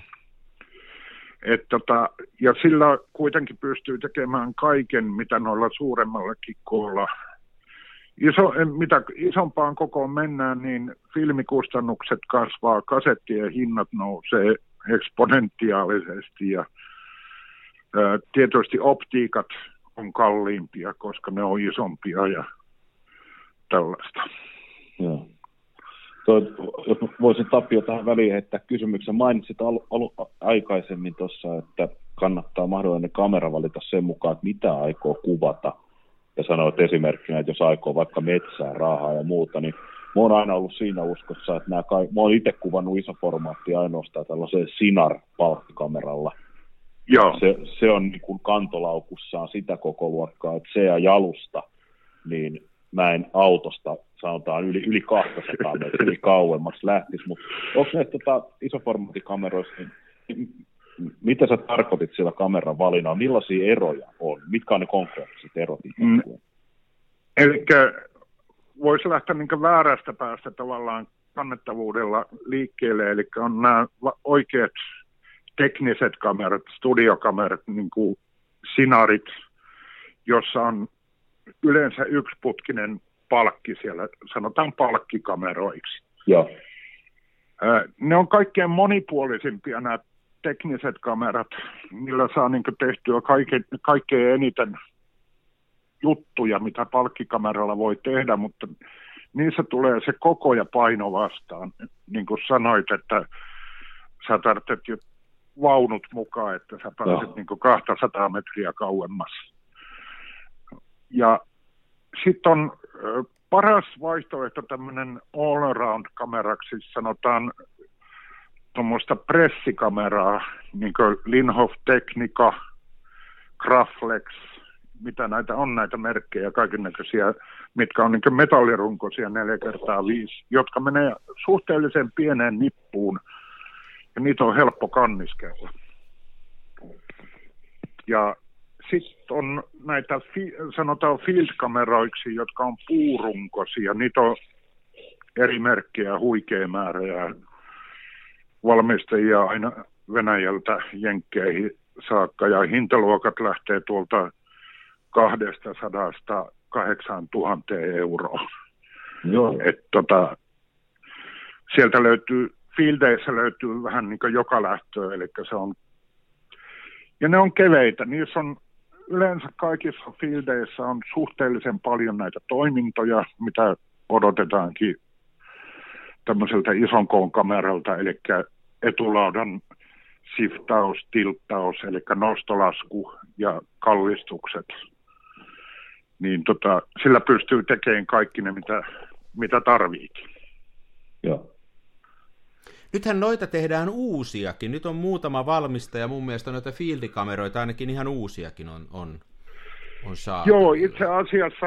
Ja sillä kuitenkin pystyy tekemään kaiken, mitä noilla suuremmallakin koolla. Mitä isompaan kokoon mennään, niin filmikustannukset kasvaa, kasettien hinnat nousee eksponentiaalisesti ja tietysti optiikat on kalliimpia, koska ne on isompia ja tällaista. Joo. Jos voisin Tapio tähän väliin heittää kysymyksen. Mainitsit aikaisemmin tuossa, että kannattaa mahdollinen kamera valita sen mukaan, että mitä aikoo kuvata. Ja sanoit esimerkkinä, että jos aikoo vaikka metsää, raahaa ja muuta, niin mä oon aina ollut siinä uskossa, että mä oon itse kuvannut isoformaattia ainoastaan tällaiseen Sinar-palkkikameralla. Joo. Se on niin kuin kantolaukussaan sitä koko luokkaa, että se ja jalusta, niin mä en autosta sanotaan yli 200 metriä kauemmaksi lähtisi, mutta onko näistä isoformaatikameroissa, niin mitä sä tarkoitit sillä kameran valinnalla, millaisia eroja on, mitkä on ne konkreettiset erot? Eli voisi lähteä niin väärästä päästä tavallaan kannettavuudella liikkeelle, eli on nämä oikeat tekniset kamerat, studiokamerat, niin kuin Sinarit, jossa on yleensä yksiputkinen palkki siellä, sanotaan palkkikameroiksi. Joo. Ne on kaikkein monipuolisimpia nämä tekniset kamerat, millä saa niin tehtyä kaikkein eniten juttuja, mitä palkkikameralla voi tehdä, mutta niissä tulee se koko ja paino vastaan. Niin kuin sanoit, että sä tarvitset jo vaunut mukaan, että sä pääset niin 200 metriä kauemmas. Ja sitten on paras vaihtoehto tämmöinen all-around-kameraksi, sanotaan tuommoista pressikameraa, niin kuin Linhof Technica, Graflex, mitä näitä on näitä merkkejä, kaikennäköisiä, mitkä on niin kuin metallirunkoisia 4x5, jotka menee suhteellisen pieneen nippuun, ja niitä on helppo kanniskella. Ja sitten on näitä, sanotaan field-kameroiksi, jotka on puurunkoisia. Niitä on eri merkkejä, huikea määrä ja valmistajia aina Venäjältä jenkkeihin saakka. Ja hintaluokat lähtee tuolta 200 8 000 euroa. Joo. Sieltä löytyy, fieldeissä löytyy vähän niin kuin joka lähtöä, eli se on, ja ne on keveitä, niissä on yleensä kaikissa fieldeissä on suhteellisen paljon näitä toimintoja, mitä odotetaankin tämmöiseltä ison koon kameralta, eli etulaudan shiftaus, tilttaus, eli nostolasku ja kallistukset. Niin sillä pystyy tekemään kaikki ne, mitä tarviikin. Joo. Nythän noita tehdään uusiakin. Nyt on muutama valmistaja, mun mielestä noita field-kameroita ainakin ihan uusiakin on saatu. Joo, itse asiassa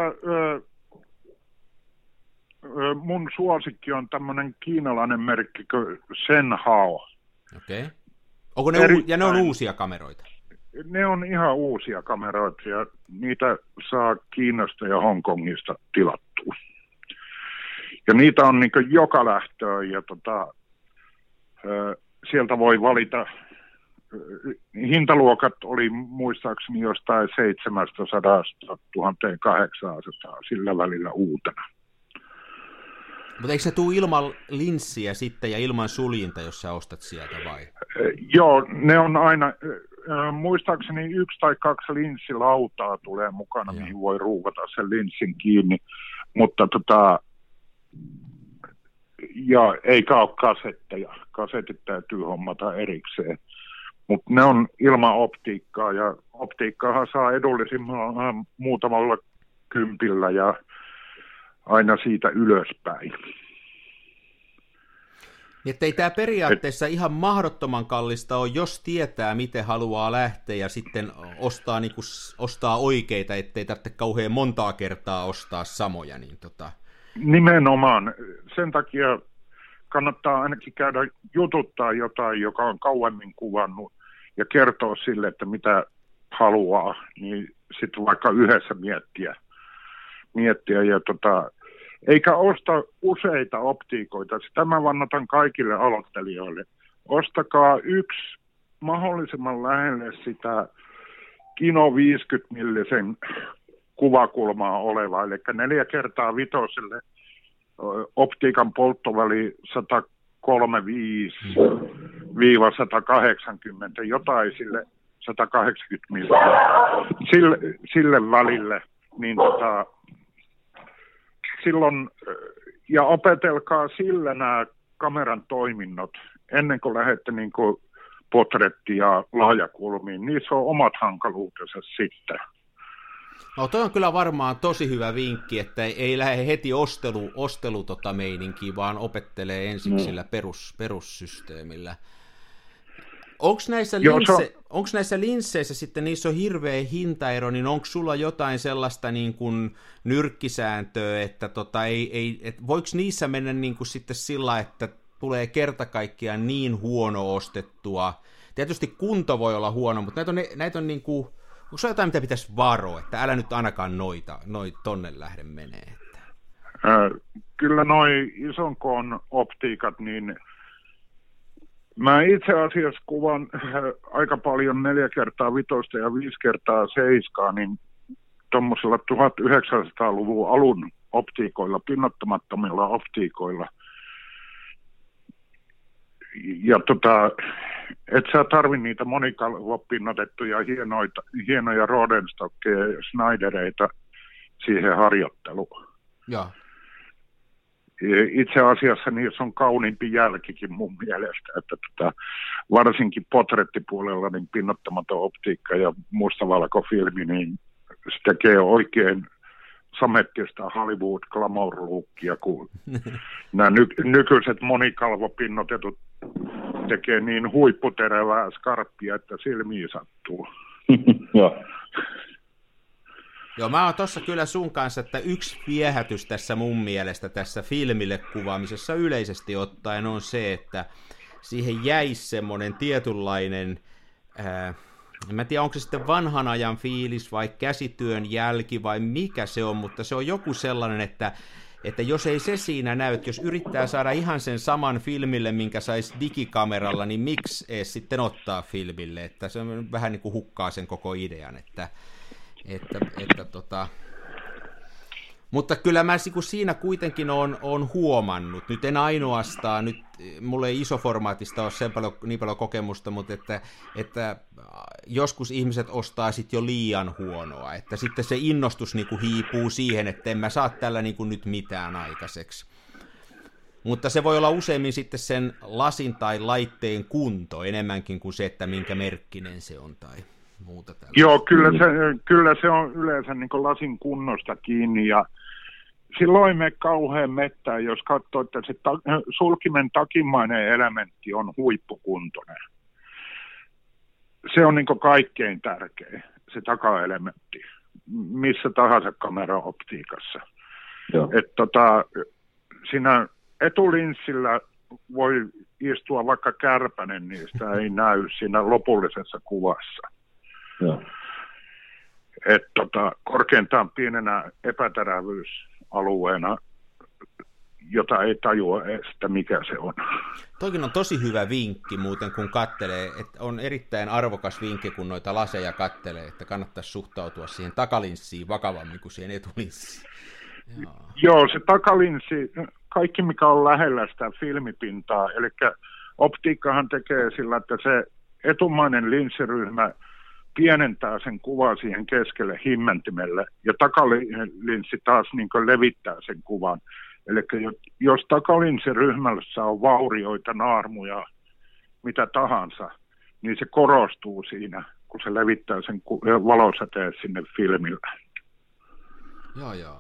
mun suosikki on tämmöinen kiinalainen merkki kuin Senhao. Okei. Onko ne ne on uusia kameroita? Ne on ihan uusia kameroita ja niitä saa Kiinasta ja Hongkongista tilattua. Ja niitä on niin kuin joka lähtöön ja sieltä voi valita. Hintaluokat oli muistaakseni jostain 700 1800 sillä välillä uutena. Mutta eikö se tule ilman linssiä sitten ja ilman suljinta, jos sä ostat sieltä vai? Joo, ne on aina, muistaakseni 1 tai 2 linssilautaa tulee mukana, mihin voi ruuvata sen linssin kiinni, mutta ja eikä ole kasetteja. Kasetit täytyy hommata erikseen. Mutta ne on ilman optiikkaa, ja optiikkaahan saa edullisimmalla muutamalla kympillä ja aina siitä ylöspäin. Että ei tämä periaatteessa ihan mahdottoman kallista ole, jos tietää, miten haluaa lähteä ja sitten ostaa oikeita, ettei tarvitse kauhean montaa kertaa ostaa samoja. Niin Nimenomaan. Sen takia kannattaa ainakin käydä jututtaa jotain, joka on kauemmin kuvannut ja kertoa sille, että mitä haluaa, niin sitten vaikka yhdessä miettiä ja eikä osta useita optiikoita. Sitä mä vannotan kaikille aloittelijoille. Ostakaa yksi mahdollisimman lähelle sitä Kino 50 millisen kuvakulmaa oleva, eli 4x5 optiikan polttoväli 135-180, jotain sille 180 millisiä. Sille välille, niin silloin, ja opetelkaa sillä nämä kameran toiminnot, ennen kuin lähdette niin kuin potretti- ja laajakulmiin, niissä on omat hankaluutensa sitten. No toi on kyllä varmaan tosi hyvä vinkki, että ei lähde heti ostelu meininkiin, vaan opettelee ensin sillä perussysteemillä. Onko näissä linsseissä sitten, niissä on hirveä hintaero, niin onko sulla jotain sellaista niin kuin nyrkkisääntöä, että voiko niissä mennä niin kuin sitten sillä, että tulee kerta kaikkiaan niin huono ostettua? Tietysti kunto voi olla huono, mutta näitä on niin kuin, onko se jotain, mitä pitäisi varoa, että älä nyt ainakaan noita tonne lähde menee? Kyllä noi ison koon optiikat, niin mä itse asiassa kuvan aika paljon 4x5 ja 5x7, niin tuommoisella 1900-luvun alun optiikoilla, pinnottamattomilla optiikoilla. Ja et sä tarvi niitä monikalvopinnotettuja hienoja Rodenstockeja ja Schneidereita siihen harjoitteluun. Ja. Itse asiassa niissä on kauniimpi jälkikin mun mielestä, että varsinkin potrettipuolella niin pinnottamaton optiikka ja mustavalkofilmi, niin se tekee oikein samettista Hollywood glamour-lookia, kun nämä nykyiset monikalvopinnotetut tekee niin huipputerevää skarppia, että silmiin sattuu. Joo, mä oon tossa kyllä sun kanssa, että yksi viehätys tässä mun mielestä tässä filmille kuvaamisessa yleisesti ottaen on se, että siihen jäisi semmoinen tietynlainen, en mä tiedä onko se sitten vanhan ajan fiilis vai käsityön jälki vai mikä se on, mutta se on joku sellainen, että jos ei se siinä näy, että jos yrittää saada ihan sen saman filmille, minkä saisi digikameralla, niin miksi edes sitten ottaa filmille, että se on vähän niin kuin hukkaa sen koko idean, Mutta kyllä mä siinä kuitenkin on huomannut, nyt en ainoastaan, nyt mulla ei isoformaatista ole niin paljon kokemusta, mutta että joskus ihmiset ostaa sitten jo liian huonoa, että sitten se innostus niin kuin hiipuu siihen, että en mä saa tällä niin kuin nyt mitään aikaiseksi. Mutta se voi olla useimmin sitten sen lasin tai laitteen kunto enemmänkin kuin se, että minkä merkkinen se on tai muuta tällaista. Joo, kyllä se on yleensä niin kuin lasin kunnosta kiinni ja silloin me kauhean mettää, jos katsoo, että se sulkimen takimainen elementti on huippukuntoinen. Se on niin kuin kaikkein tärkein, se takaelementti, missä tahansa kameraoptiikassa. Siinä etulinssillä voi istua vaikka kärpänen, niin sitä ei näy siinä lopullisessa kuvassa. Korkeintaan pienenä epäterävyysalueena, jota ei tajua edes, mikä se on. Toikin on tosi hyvä vinkki muuten, kun kattelee, että on erittäin arvokas vinkki, kun noita laseja kattelee, että kannattaisi suhtautua siihen takalinssiin vakavammin kuin siihen etulinssiin. Joo, se takalinssi, kaikki mikä on lähellä sitä filmipintaa, eli optiikkahan tekee sillä, että se etumainen linssiryhmä pienentää sen kuvan siihen keskelle himmentimelle, ja takalinssi taas niin kuin levittää sen kuvan. Eli jos takalinssiryhmässä on vaurioita, naarmuja, mitä tahansa, niin se korostuu siinä, kun se levittää sen valosäteen sinne filmille. Joo.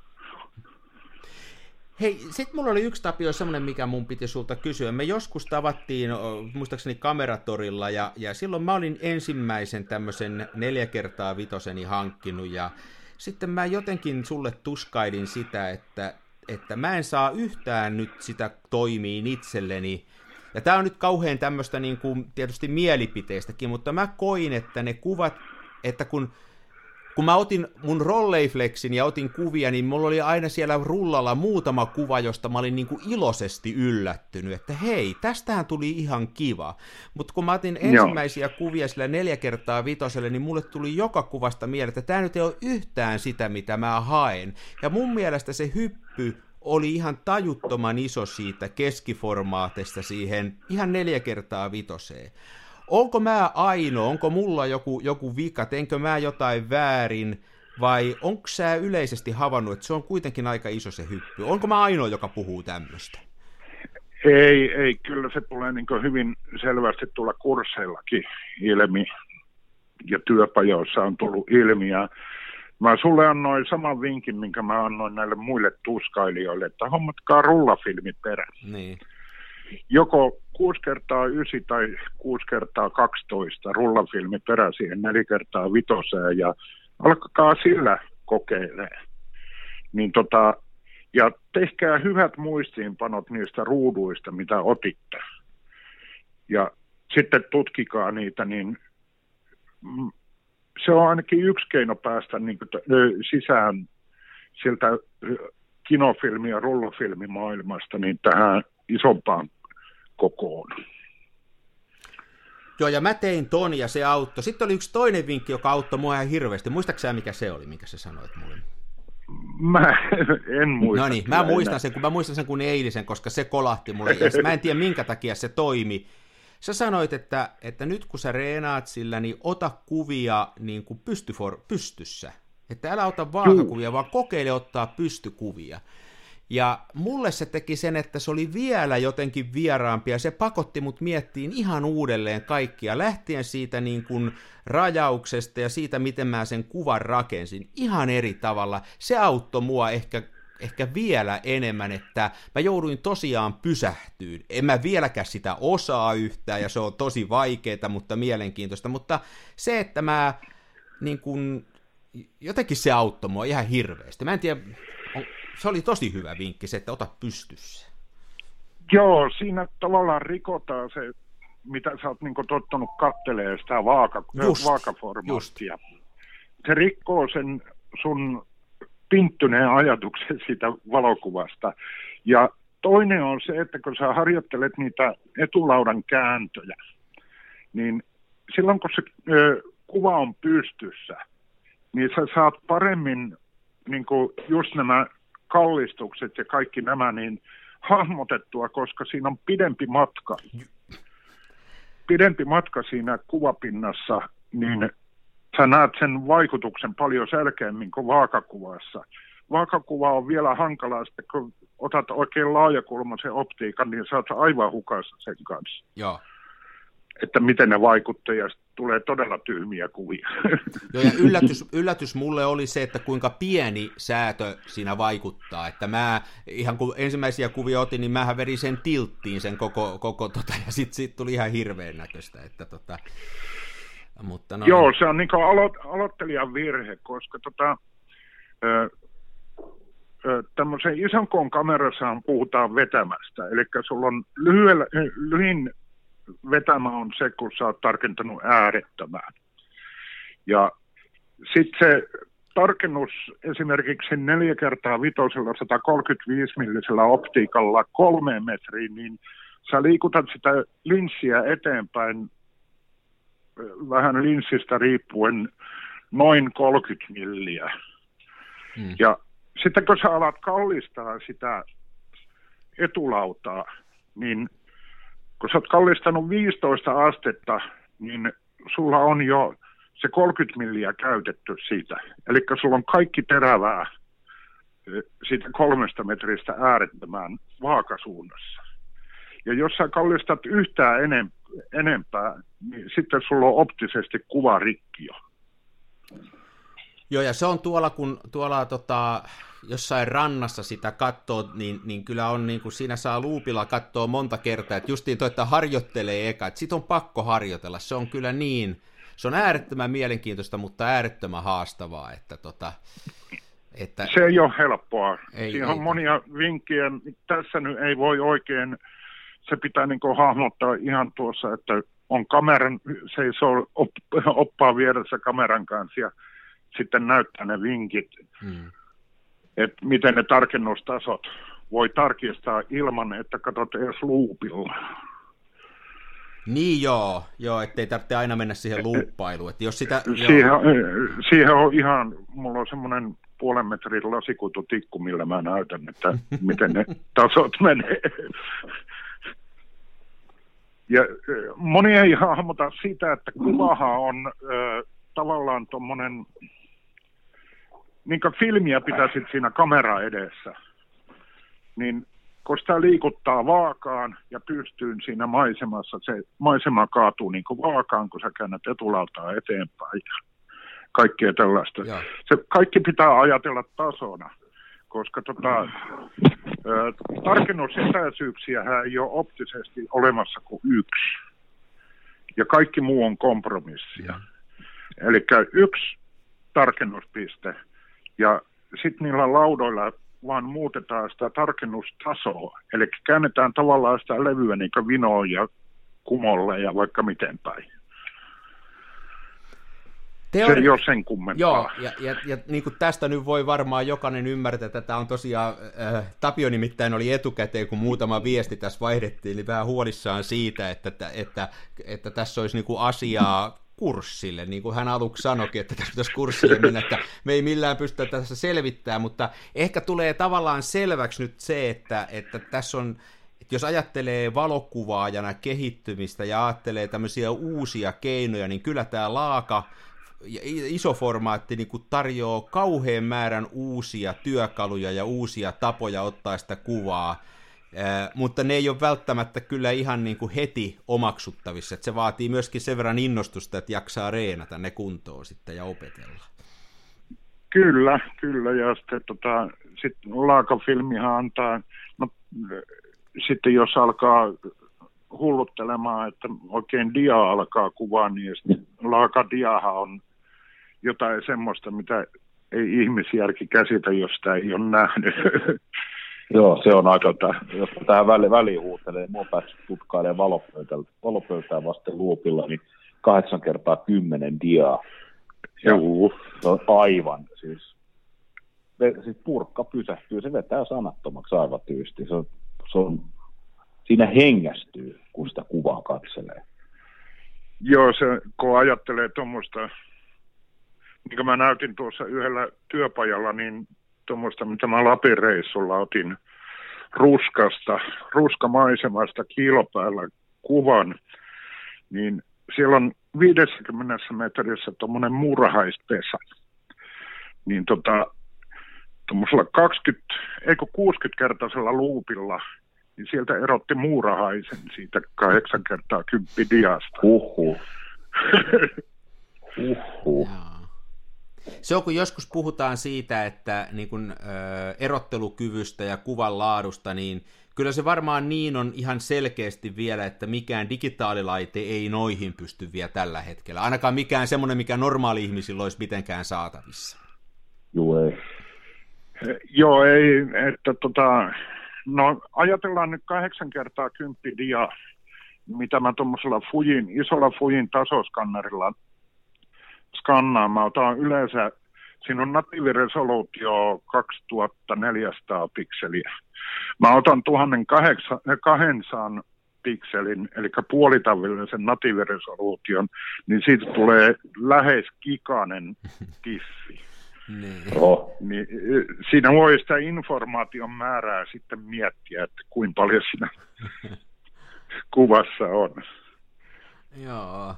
Hei, sitten mulla oli yksi Tapio semmoinen, mikä mun piti sulta kysyä. Me joskus tavattiin, muistaakseni Kameratorilla, ja silloin mä olin ensimmäisen tämmöisen 4x5 hankkinut, ja sitten mä jotenkin sulle tuskailin sitä, että mä en saa yhtään nyt sitä toimiin itselleni. Ja tää on nyt kauhean tämmöistä niin kuin tietysti mielipiteistäkin, mutta mä koin, että ne kuvat, että kun mä otin mun Rolleiflexin ja otin kuvia, niin mulla oli aina siellä rullalla muutama kuva, josta mä olin niin kuin iloisesti yllättynyt, että hei, tästähän tuli ihan kiva. Mutta kun mä otin ensimmäisiä kuvia sillä 4x5, niin mulle tuli joka kuvasta mieleen, että tämä nyt ei ole yhtään sitä, mitä mä haen. Ja mun mielestä se hyppy oli ihan tajuttoman iso siitä keskiformaatista siihen ihan 4x5. Onko mä ainoa, onko mulla joku vika, teinkö mä jotain väärin, vai onko sä yleisesti havainnut, että se on kuitenkin aika iso se hyppy? Onko mä ainoa, joka puhuu tämmöistä? Ei, kyllä se tulee niin kuin hyvin selvästi tulla kursseillakin ilmi, ja työpajoissa on tullut ilmi, ja mä sulle annoin saman vinkin, minkä mä annoin näille muille tuskailijoille, että hommatkaa rullafilmi perässä. Niin. Joko 6x9 tai 6x12 rullafilmi perä siihen 4x5 ja alkakaa sillä kokeilemaan. Niin ja tehkää hyvät muistiinpanot niistä ruuduista, mitä otitte. Ja sitten tutkikaa niitä, niin se on ainakin yksi keino päästä niin kuin sisään sieltä kinofilmi- ja rullafilmimaailmasta niin tähän isompaan kokoon. Joo, ja mä tein ton ja se auttoi. Sitten oli yksi toinen vinkki, joka auttoi mua ihan hirveästi. Muistatko sä, mikä se oli, minkä sä sanoit mulle? Mä en muista. No niin, mä muistan sen kuin eilisen, koska se kolahti mulle. Ja mä en tiedä, minkä takia se toimi. Sä sanoit, että nyt kun sä reenaat sillä, niin ota kuvia niin kuin pystyssä. Että älä ota vaakakuvia, vaan kokeile ottaa pystykuvia. Ja mulle se teki sen, että se oli vielä jotenkin vieraampi, ja se pakotti mut miettiin ihan uudelleen kaikkia, lähtien siitä niin kuin rajauksesta ja siitä, miten mä sen kuvan rakensin, ihan eri tavalla. Se auttoi mua ehkä vielä enemmän, että mä jouduin tosiaan pysähtyyn. En mä vieläkään sitä osaa yhtään, ja se on tosi vaikeaa, mutta mielenkiintoista, mutta se, että mä niin kuin, jotenkin se auttoi mua ihan hirveästi. Mä en tiedä, se oli tosi hyvä vinkki se, että ota pystyssä. Joo, siinä tavallaan rikotaan se, mitä sä oot niin kuin tottunut kattelemaan sitä vaakaformaattia. Se rikkoo sen sun pinttyneen ajatuksen siitä valokuvasta. Ja toinen on se, että kun sä harjoittelet niitä etulaudan kääntöjä, niin silloin kun se kuva on pystyssä, niin sä saat paremmin niin kuin just nämä kallistukset ja kaikki nämä niin hahmotettua, koska siinä on pidempi matka siinä kuvapinnassa, niin sä näet sen vaikutuksen paljon selkeämmin kuin vaakakuvassa. Vaakakuva on vielä hankalaa, kun otat oikein laajakulmaisen optiikan, niin sä oot aivan hukassa sen kanssa. Joo. Että miten ne vaikuttaa, ja tulee todella tyhmiä kuvia. Joo, ja yllätys mulle oli se, että kuinka pieni säätö siinä vaikuttaa. Että mä, ihan kun ensimmäisiä kuvia otin, niin mähän verin sen tilttiin sen koko ja sit tuli ihan hirveän näköistä. Että mutta no. Joo, se on niin kuin aloittelijan virhe, koska tämmöisen ison koon kamerassa puhutaan vetämästä. Eli sulla on lyhin vetämä on se, kun sä oot tarkentanut äärettömään. Ja sitten se tarkennus esimerkiksi 4x5 135 millisellä optiikalla 3 metriin, niin sä liikutat sitä linssiä eteenpäin vähän linssistä riippuen noin 30 milliä. Ja sitten kun sä alat kallistaa sitä etulautaa, niin kun sä oot kallistanut 15 astetta, niin sulla on jo se 30 milliä käytetty siitä. Eli sulla on kaikki terävää siitä 3 metristä äärettömään vaakasuunnassa. Ja jos sä kallistat yhtään enempää, niin sitten sulla on optisesti kuvarikki jo. Joo, ja se on tuolla, kun jossain rannassa sitä katsoo, niin kyllä on niin kuin siinä saa luupilla katsoa monta kertaa, että justiin että harjoittelee eka, että sit on pakko harjoitella, se on kyllä niin, se on äärettömän mielenkiintoista, mutta äärettömän haastavaa, että se ei ole helppoa. Siinä on monia vinkkejä, tässä nyt ei voi oikein, se pitää niin kuin hahmottaa ihan tuossa, että on kameran, seisoo oppaa vieressä kameran kanssa ja sitten näyttää ne vinkit, että miten ne tarkennustasot voi tarkistaa ilman, että katsot edes luupilla. Niin joo, ettei tarvitse aina mennä siihen luuppailuun. Että jos sitä, siihen on ihan, mulla on semmoinen 0,5 metrin lasikuitutikku, millä mä näytän, että miten ne tasot menee. Ja moni ei hahmota sitä, että kuvahan on tavallaan tommonen, niin kuin filmiä pitäisit siinä kamera edessä, niin kun sitä liikuttaa vaakaan ja pystyyn siinä maisemassa, se maisema kaatuu niin kuin vaakaan, kun sä käännät etulautaa eteenpäin ja kaikkea tällaista. Ja. Se kaikki pitää ajatella tasona, koska tarkennusetäisyyksiähän ei ole optisesti olemassa kuin yksi. Ja kaikki muu on kompromissia. Eli yksi tarkennuspiste ja sitten niillä laudoilla vaan muutetaan sitä tarkennustasoa. Eli käännetään tavallaan sitä levyä niin kuin vinoon ja kumolle ja vaikka miten päin. Se ei ole sen kummempaa. Joo, ja niin kuin tästä nyt voi varmaan jokainen ymmärtää, että tämä on tosiaan, Tapio nimittäin oli etukäteen, kun muutama viesti tässä vaihdettiin, niin vähän huolissaan siitä, että tässä olisi niin kuin asiaa kurssille, niin kuin hän aluksi sanoikin, että tässä pitäisi kurssille mennä, että me ei millään pystytä tässä selvittämään, mutta ehkä tulee tavallaan selväksi nyt se, että tässä on, että jos ajattelee valokuvaajana kehittymistä ja ajattelee tämmöisiä uusia keinoja, niin kyllä tämä laaka ja iso formaatti niin kuin tarjoaa kauhean määrän uusia työkaluja ja uusia tapoja ottaa sitä kuvaa, mutta ne ei ole välttämättä kyllä ihan niin kuin heti omaksuttavissa, että se vaatii myöskin sen verran innostusta, että jaksaa reenata ne kuntoon sitten ja opetella. Kyllä, ja sitten laakafilmihan antaa, sitten jos alkaa hulluttelemaan, että oikein dia alkaa kuvaa, niin laakadiahan on jotain semmoista, mitä ei ihmisjärki käsitä, jos sitä ei ole nähnyt. Joo, se on aika, jos tähän väliin huutelee, mua päässyt tutkailemaan valopöytää vasten luupilla, niin 8x10 diaa. Se on aivan, siis purkka pysähtyy, se vetää sanattomaksi aivan tyysti. Se on, siinä hengästyy, kun sitä kuvaa katselee. Joo, se, kun ajattelee tuommoista, niin kuin mä näytin tuossa yhdellä työpajalla, niin tuommoista, mitä mä Lapin reissulla otin ruskamaisemasta kilpailulla kuvan, niin siellä on 50 metrissä tuommoinen muurahaispesä. Niin tuommoisella 60-kertaisella luupilla, niin sieltä erotti muurahaisen siitä 8x10 diasta. Se on, kun joskus puhutaan siitä, että niin kun, erottelukyvystä ja kuvan laadusta, niin kyllä se varmaan niin on ihan selkeästi vielä, että mikään digitaalilaite ei noihin pysty vielä tällä hetkellä. Ainakaan mikään semmoinen, mikä normaali-ihmisillä olisi mitenkään saatavissa. Joo, ei, että no ajatellaan nyt 8x10 dia, mitä mä tuommoisella isolla Fujin tasoskannerilla skannaan. Mä otan yleensä, siinä on natiiviresoluutio 2400 pikseliä. Mä otan 1200 pikselin, eli puolitavillisen natiiviresoluution, niin siitä tulee lähes giganen tiffi. Niin, siinä voi sitä informaation määrää sitten miettiä, että kuinka paljon siinä kuvassa on. Joo.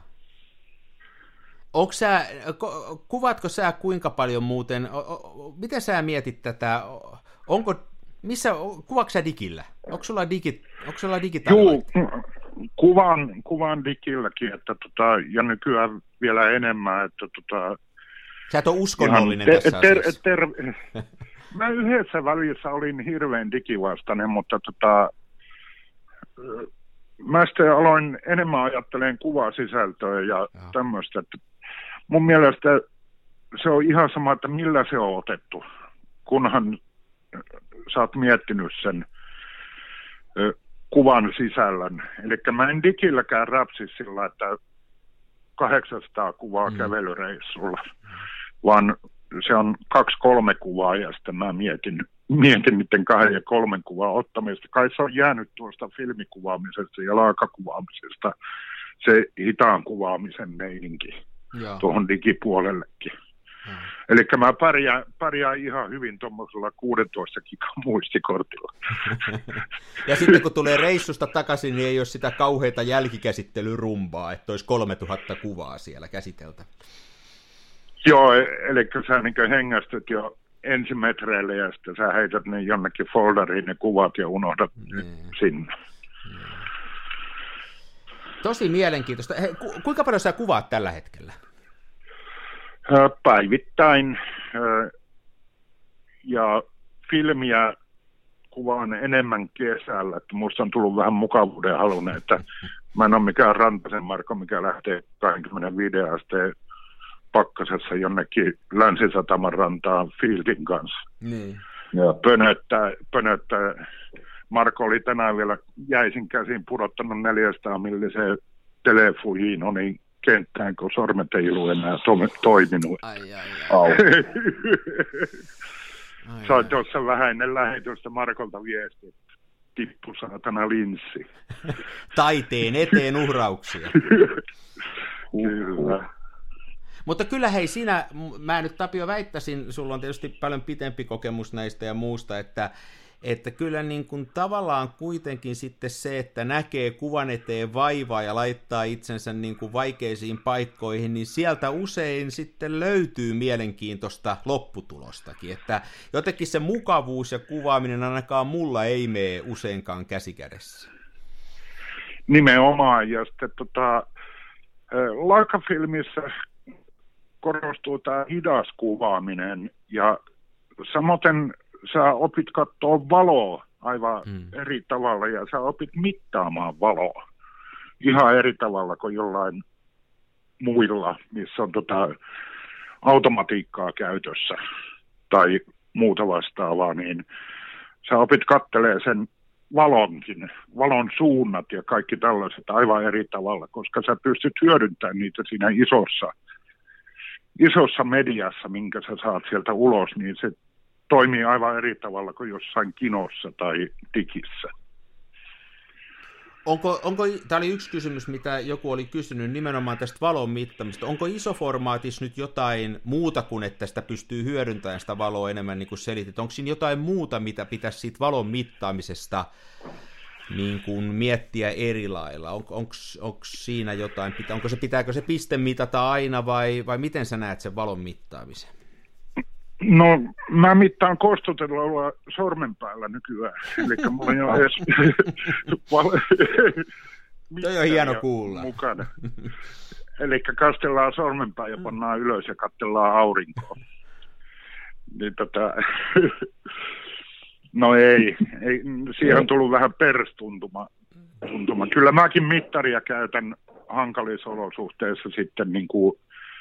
Kuvaatko sä kuinka paljon muuten, miten sä mietit tätä, kuvaatko sä digillä? Onko sulla digitaalilaite? Joo, kuvan digilläkin, että ja nykyään vielä enemmän, että sä et ole uskonnollinen tässä asiassa. Mä yhdessä välissä olin hirveän digivastainen, mutta mä sitten aloin enemmän ajattelemaan kuvasisältöä ja tämmöistä, että mun mielestä se on ihan sama, että millä se on otettu, kunhan sä oot miettinyt sen kuvan sisällön. Eli mä en digilläkään räpsi sillä, että 800 kuvaa kävelyreissulla, vaan se on 2-3 kuvaa ja sitten mä mietin niiden 2 ja 3 kuvaa ottamista. Kai se on jäänyt tuosta filmikuvaamisesta ja laakakuvaamisesta se hitaan kuvaamisen meininki tuohon digipuolellekin. Eli mä pärjään ihan hyvin tuommoisella 16 gigan muistikortilla. Ja sitten kun tulee reissusta takaisin, niin ei ole sitä kauheita jälkikäsittelyrumbaa, että olisi 3000 kuvaa siellä käsiteltä. Joo, eli sä niin hengästyt jo ensimetreille ja sitten sä heität ne jonnekin folderiin ne kuvat ja unohdat sinne. Tosi mielenkiintoista. Hei, kuinka paljon sä kuvaat tällä hetkellä? Päivittäin ja filmiä kuvaan enemmän kesällä, että musta on tullut vähän mukavuuden halunen, että mä en ole mikään Rantasen Marko, mikä lähtee 25 asteen pakkasessa jonnekin Länsi-Sataman rantaan Fieldin kanssa. Niin. Pönöttää. Marko oli tänään vielä jäisin käsin pudottanut 400 milliseen telefujiinoniin kenttään, kun sormet ei ollut enää toiminut. Sain tuossa vähän ennen lähetystä Markolta viesti, että tippu saatana linssi. Taiteen eteen uhrauksia. Kyllä. Mutta kyllä hei, mä nyt Tapio väittäisin, sulla on tietysti paljon pitempi kokemus näistä ja muusta, että kyllä niin kuin tavallaan kuitenkin sitten se, että näkee kuvan eteen vaivaa ja laittaa itsensä niin kuin vaikeisiin paikkoihin, niin sieltä usein sitten löytyy mielenkiintoista lopputulostakin, että jotenkin se mukavuus ja kuvaaminen ainakaan mulla ei mene useinkaan käsikädessä. Nimenomaan, ja sitten laakafilmissä korostuu tämä hidas kuvaaminen, ja samoin sä opit katsoa valoa aivan eri tavalla, ja sä opit mittaamaan valoa ihan eri tavalla kuin jollain muilla, missä on automatiikkaa käytössä tai muuta vastaavaa, niin sä opit kattelee sen valon suunnat ja kaikki tällaiset aivan eri tavalla, koska sä pystyt hyödyntämään niitä siinä isossa mediassa, minkä sä saat sieltä ulos, niin se toimii aivan eri tavalla kuin jossain kinossa tai digissä. Tämä oli yksi kysymys, mitä joku oli kysynyt nimenomaan tästä valon mittaamista. Onko isoformaatissa nyt jotain muuta kuin, että sitä pystyy hyödyntämään sitä valoa enemmän, niin kuin selitit? Onko siinä jotain muuta, mitä pitäisi siitä valon mittaamisesta niin kuin miettiä eri lailla? Onko siinä jotain? Pitääkö se piste mitata aina vai miten sä näet sen valon mittaamisen? No, mä mittaan kostutelua sormen päällä nykyään. Eli mulla ei ole edes toi on hieno kuulla. Mukana. Eli kastellaan sormenpää ja pannaan ylös ja katsellaan aurinkoa. Niin no ei, siihen on tullut vähän perstuntuma. Kyllä mäkin mittaria käytän hankalissa olosuhteissa sitten niin kuin,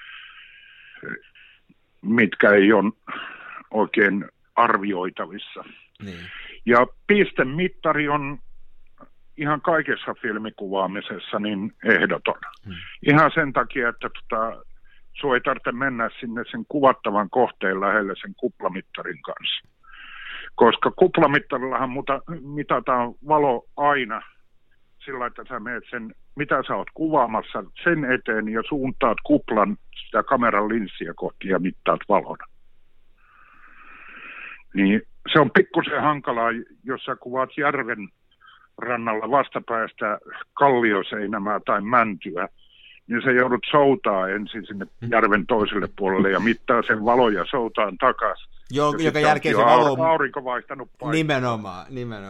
mitkä ei ole oikein arvioitavissa. Niin. Ja pistemittari on ihan kaikessa filmikuvaamisessa niin ehdoton. Ihan sen takia, että sinua ei tarvitse mennä sinne sen kuvattavan kohteen lähelle sen kuplamittarin kanssa. Koska kuplamittarillahan mitataan valo aina sillä, että sä menet sen, mitä sä oot kuvaamassa, sen eteen ja suuntaat kuplan sitä kameran linssiä kohti ja mittaat valon. Niin se on pikkusen hankalaa, jos sä kuvaat järven rannalla vastapäästä kallioseinämää tai mäntyä, niin sä joudut soutaa ensin sinne järven toiselle puolelle ja mittaa sen valon ja soutaan takaisin. Joka jälkeen se valo... Aurinko vaihtanut paikkaa. Nimenomaan.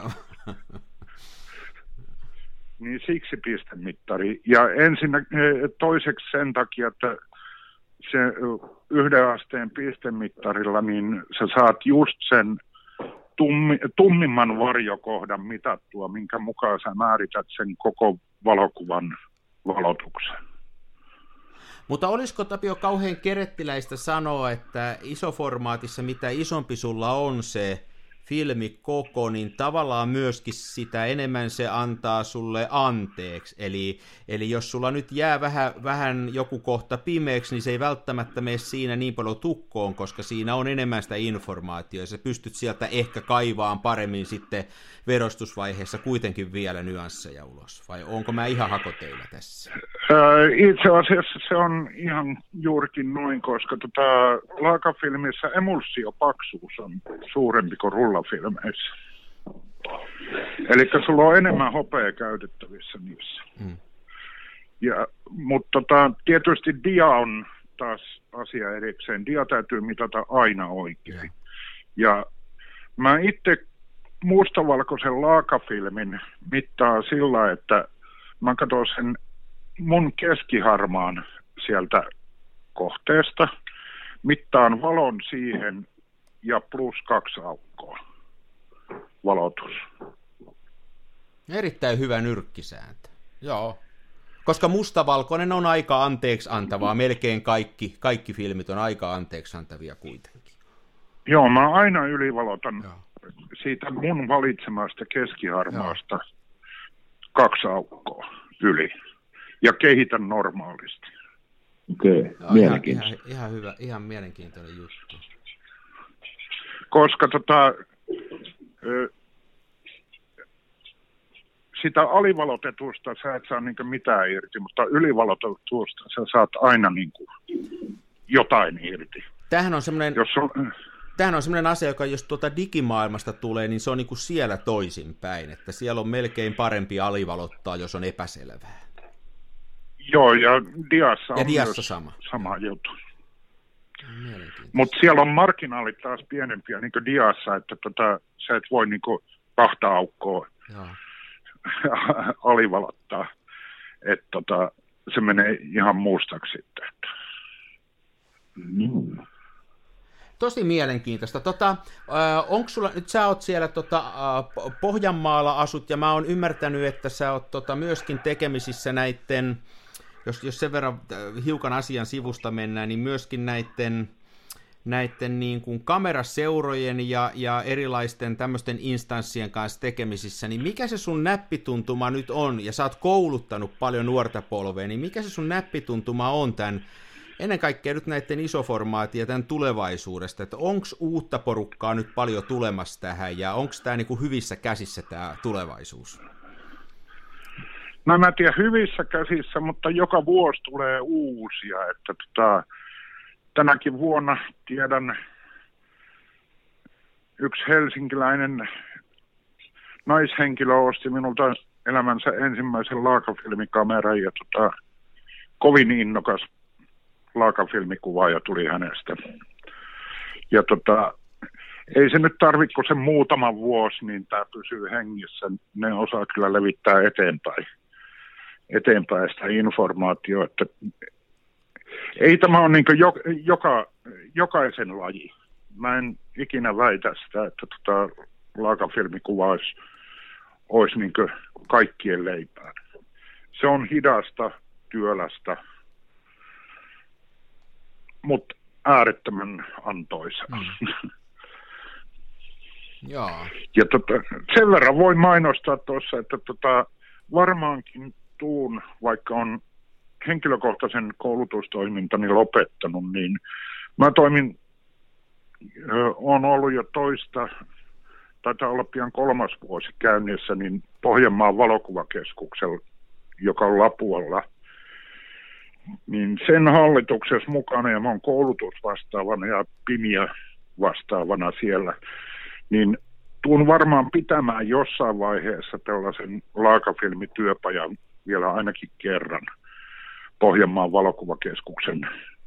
Niin siksi pistemittari. Ja toiseksi sen takia, että se 1 asteen pistemittarilla, niin sä saat just sen tummimman varjokohdan mitattua, minkä mukaan sä määrität sen koko valokuvan valotuksen. Mutta olisiko, Tapio, kauhean kerettiläistä sanoa, että isoformaatissa, mitä isompi sulla on se filmikoko, niin tavallaan myöskin sitä enemmän se antaa sulle anteeksi. Eli jos sulla nyt jää vähän joku kohta pimeäksi, niin se ei välttämättä mene siinä niin paljon tukkoon, koska siinä on enemmän sitä informaatiota. Sä pystyt sieltä ehkä kaivaan paremmin sitten verostusvaiheessa kuitenkin vielä nyansseja ulos. Vai onko mä ihan hakoteilla tässä? Itse asiassa se on ihan juurikin noin, koska laakafilmissä emulsiopaksuus on suurempi kuin rullafilmeissä. Eli sulla on enemmän hopea käytettävissä niissä. Mutta tietysti dia on taas asia erikseen. Dia täytyy mitata aina oikein. Ja mä itse mustavalkoisen laakafilmin mittaa sillä, että mä katson sen mun keskiharmaan sieltä kohteesta, mittaan valon siihen ja +2 aukkoa valotus. Erittäin hyvä nyrkkisääntö. Joo. Koska mustavalkoinen on aika anteeksi antavaa, melkein kaikki filmit on aika anteeksi antavia kuitenkin. Joo, mä aina ylivalotan siitä mun valitsemasta keskiharmaasta 2 aukkoa yli ja kehitän normaalisti. Okei, mielenkiintoista. Ihan hyvä, ihan mielenkiintoinen juttu. Koska sitä alivalotetusta sä et saa niinku mitään irti, mutta ylivalotetusta sä saat aina niinku jotain irti. Tämähän on semmoinen asia, joka jos digimaailmasta tulee, niin se on niinku siellä toisinpäin, että siellä on melkein parempi alivalottaa, jos on epäselvää. Joo, ja Diassa on Diassa sama juttu. Mutta siellä on marginaalit taas pienempiä, niin kuin Diassa, että sä et voi niinku 2 aukkoa alivalottaa. Että se menee ihan muustaksi sitten. Tosi mielenkiintoista. Onko sulla, nyt sä oot siellä Pohjanmaalla asut, ja mä oon ymmärtänyt, että sä oot myöskin tekemisissä näiden, jos sen verran hiukan asian sivusta mennään, niin myöskin näiden niin kuin kameraseurojen ja erilaisten tämmöisten instanssien kanssa tekemisissä, niin mikä se sun näppituntuma nyt on, ja sä oot kouluttanut paljon nuorta polvea, niin mikä se sun näppituntuma on tämän, ennen kaikkea nyt näiden isoformaatia tämän tulevaisuudesta, että onko uutta porukkaa nyt paljon tulemassa tähän, ja onko tämä niin kuin hyvissä käsissä tämä tulevaisuus? mä en tiedä hyvissä käsissä, mutta joka vuosi tulee uusia, että tänäkin vuonna tiedän yksi helsinkiläinen naishenkilö osti minulta elämänsä ensimmäisen laakafilmikameran ja kovin innokas laakafilmikuvaaja tuli hänestä. Ja ei se nyt tarvitse kuin sen muutaman vuosi, niin tämä pysyy hengissä. Ne osaa kyllä levittää eteenpäin sitä informaatiota. Että ei tämä ole niin jokaisen laji. Mä en ikinä väitä sitä, että laakafilmikuva olisi niin kaikkien leipää. Se on hidasta, työlästä, mutta äärettömän antoisa. Jaa. Ja sen verran voi mainostaa tuossa, että varmaankin tuun, vaikka on henkilökohtaisen koulutustoimintani lopettanut, niin mä olen ollut jo taitaa olla pian 3. vuosi käynnissä, niin Pohjanmaan valokuvakeskuksella, joka on Lapualla, niin sen hallituksessa mukana, ja mä oon koulutusvastaavana ja Pimiä vastaavana siellä, niin tuun varmaan pitämään jossain vaiheessa tällaisen laakafilmityöpajan vielä ainakin kerran Pohjanmaan valokuvakeskuksen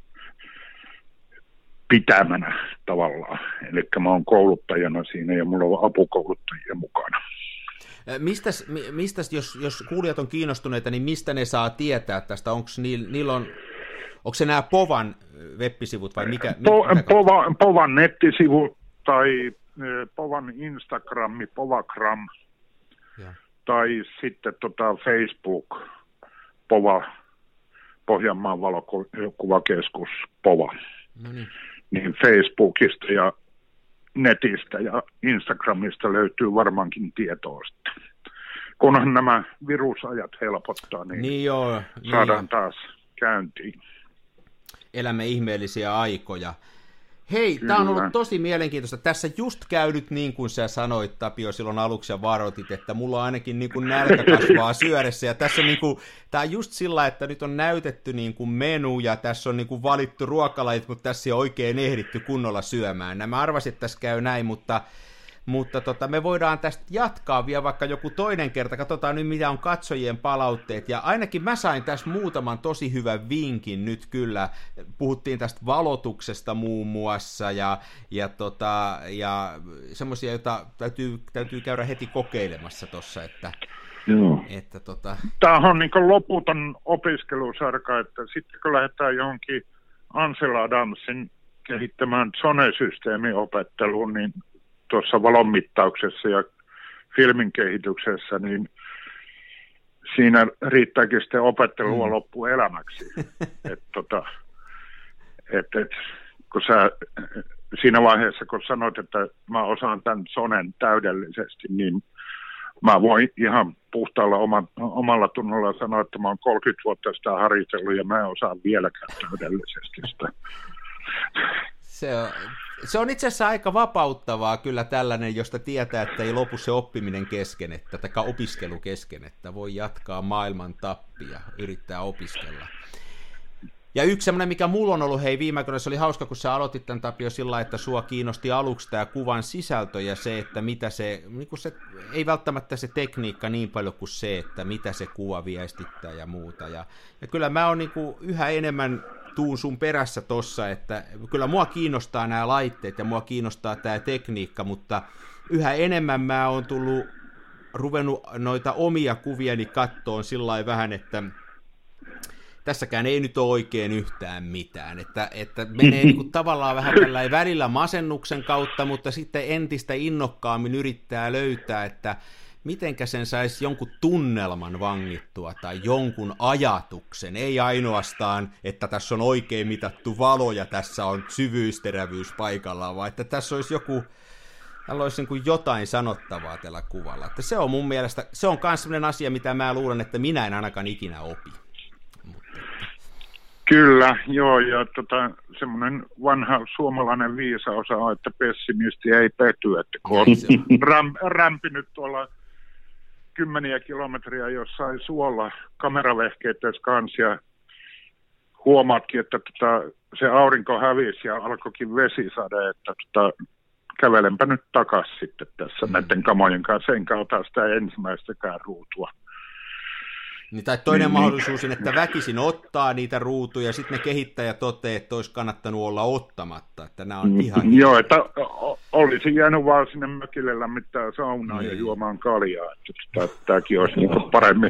pitämänä tavallaan. Eli mä oon kouluttajana siinä ja mulla on apukouluttajia mukana. Mistäs jos kuulijat on kiinnostuneita, niin mistä ne saa tietää tästä? Onko se nämä Povan web-sivut vai mikä? Povan nettisivu tai Povan Instagrami, Povagram, tai sitten Facebook, Pova, Pohjanmaan valokuvakeskus, Pova. No niin Facebookista ja netistä ja Instagramista löytyy varmaankin tietoa sitten. Kunhan nämä virusajat helpottaa, niin saadaan taas käyntiin. Elämme ihmeellisiä aikoja. Hei, tämä on ollut tosi mielenkiintoista. Tässä just käynyt niin kuin sä sanoit, Tapio, silloin aluksi ja varoitit, että mulla on ainakin niin kuin nälkä kasvaa syödessä. Ja tässä on niin kuin, tämä on just sillä, että nyt on näytetty niin kuin menu ja tässä on niin kuin valittu ruokalajit, mutta tässä ei ole oikein ehditty kunnolla syömään. Mä arvasin, että tässä käy näin, mutta me voidaan tästä jatkaa vielä vaikka joku toinen kerta. Katsotaan nyt, mitä on katsojien palautteet. Ja ainakin mä sain tässä muutaman tosi hyvän vinkin nyt kyllä. Puhuttiin tästä valotuksesta muun muassa ja semmoisia, joita täytyy käydä heti kokeilemassa tuossa. Tämä on niin kuin loputon opiskelusarka, että sitten kun lähdetään johonkin Ansel Adamsin kehittämään Sone-systeemin opetteluun, niin tuossa valonmittauksessa ja filmin kehityksessä, niin siinä riittääkin sitten opettelua loppuelämäksi. Kun sä siinä vaiheessa, kun sanoit, että mä osaan tämän Sonen täydellisesti, niin mä voin ihan puhtaalla omalla tunnolla sanoa, että mä oon 30 vuotta sitä harjoitellut ja mä en osaa vieläkään täydellisesti sitä. Se on itse asiassa aika vapauttavaa kyllä tällainen, josta tietää, että ei lopu se oppiminen kesken, tai opiskelu kesken, että voi jatkaa maailman tappia, yrittää opiskella. Ja yksi semmoinen, mikä mulla on ollut, viime aikoina, se oli hauska, kun sä aloitit tämän, Tapio, sillä että sua kiinnosti aluksi tämä kuvan sisältö ja se, että mitä niin se ei välttämättä se tekniikka niin paljon kuin se, että mitä se kuva viestittää ja muuta. Ja kyllä mä oon niin kuin yhä enemmän tuun sun perässä tossa, että kyllä mua kiinnostaa nämä laitteet ja mua kiinnostaa tämä tekniikka, mutta yhä enemmän mä oon ruvennut noita omia kuviani kattoon sillä vähän, että tässäkään ei nyt ole oikein yhtään mitään, että menee niin kuin tavallaan vähän tällainen välillä masennuksen kautta, mutta sitten entistä innokkaammin yrittää löytää, että mitenkä sen saisi jonkun tunnelman vangittua tai jonkun ajatuksen, ei ainoastaan, että tässä on oikein mitattu valo ja tässä on syvyysterävyys paikallaan, vaan että tässä olisi tällä olisi niin kuin jotain sanottavaa tällä kuvalla. Että se on mun mielestä, se on myös sellainen asia, mitä mä luulen, että minä en ainakaan ikinä opi. Kyllä, joo, ja semmoinen vanha suomalainen viisaosa on, että pessimisti ei pety, että kun on rämpinyt tuolla kymmeniä kilometriä jossain suolla kameravehkeiden kanssa ja huomaatkin, että se aurinko hävisi ja alkoikin vesisade, että kävelenpä nyt takaisin sitten tässä näiden kamojen kanssa, enkä ota sitä ensimmäistäkään ruutua. Niin, tai toinen mahdollisuus on, että väkisin ottaa niitä ruutuja, ja sitten ne kehittäjät toteaa, että olisi kannattanut olla ottamatta, että nämä on ihan... Joo, että olisin jäänyt vaan sinne mökille lämmittää saunaa ja juomaan kaljaa, että tämäkin olisi paremmin.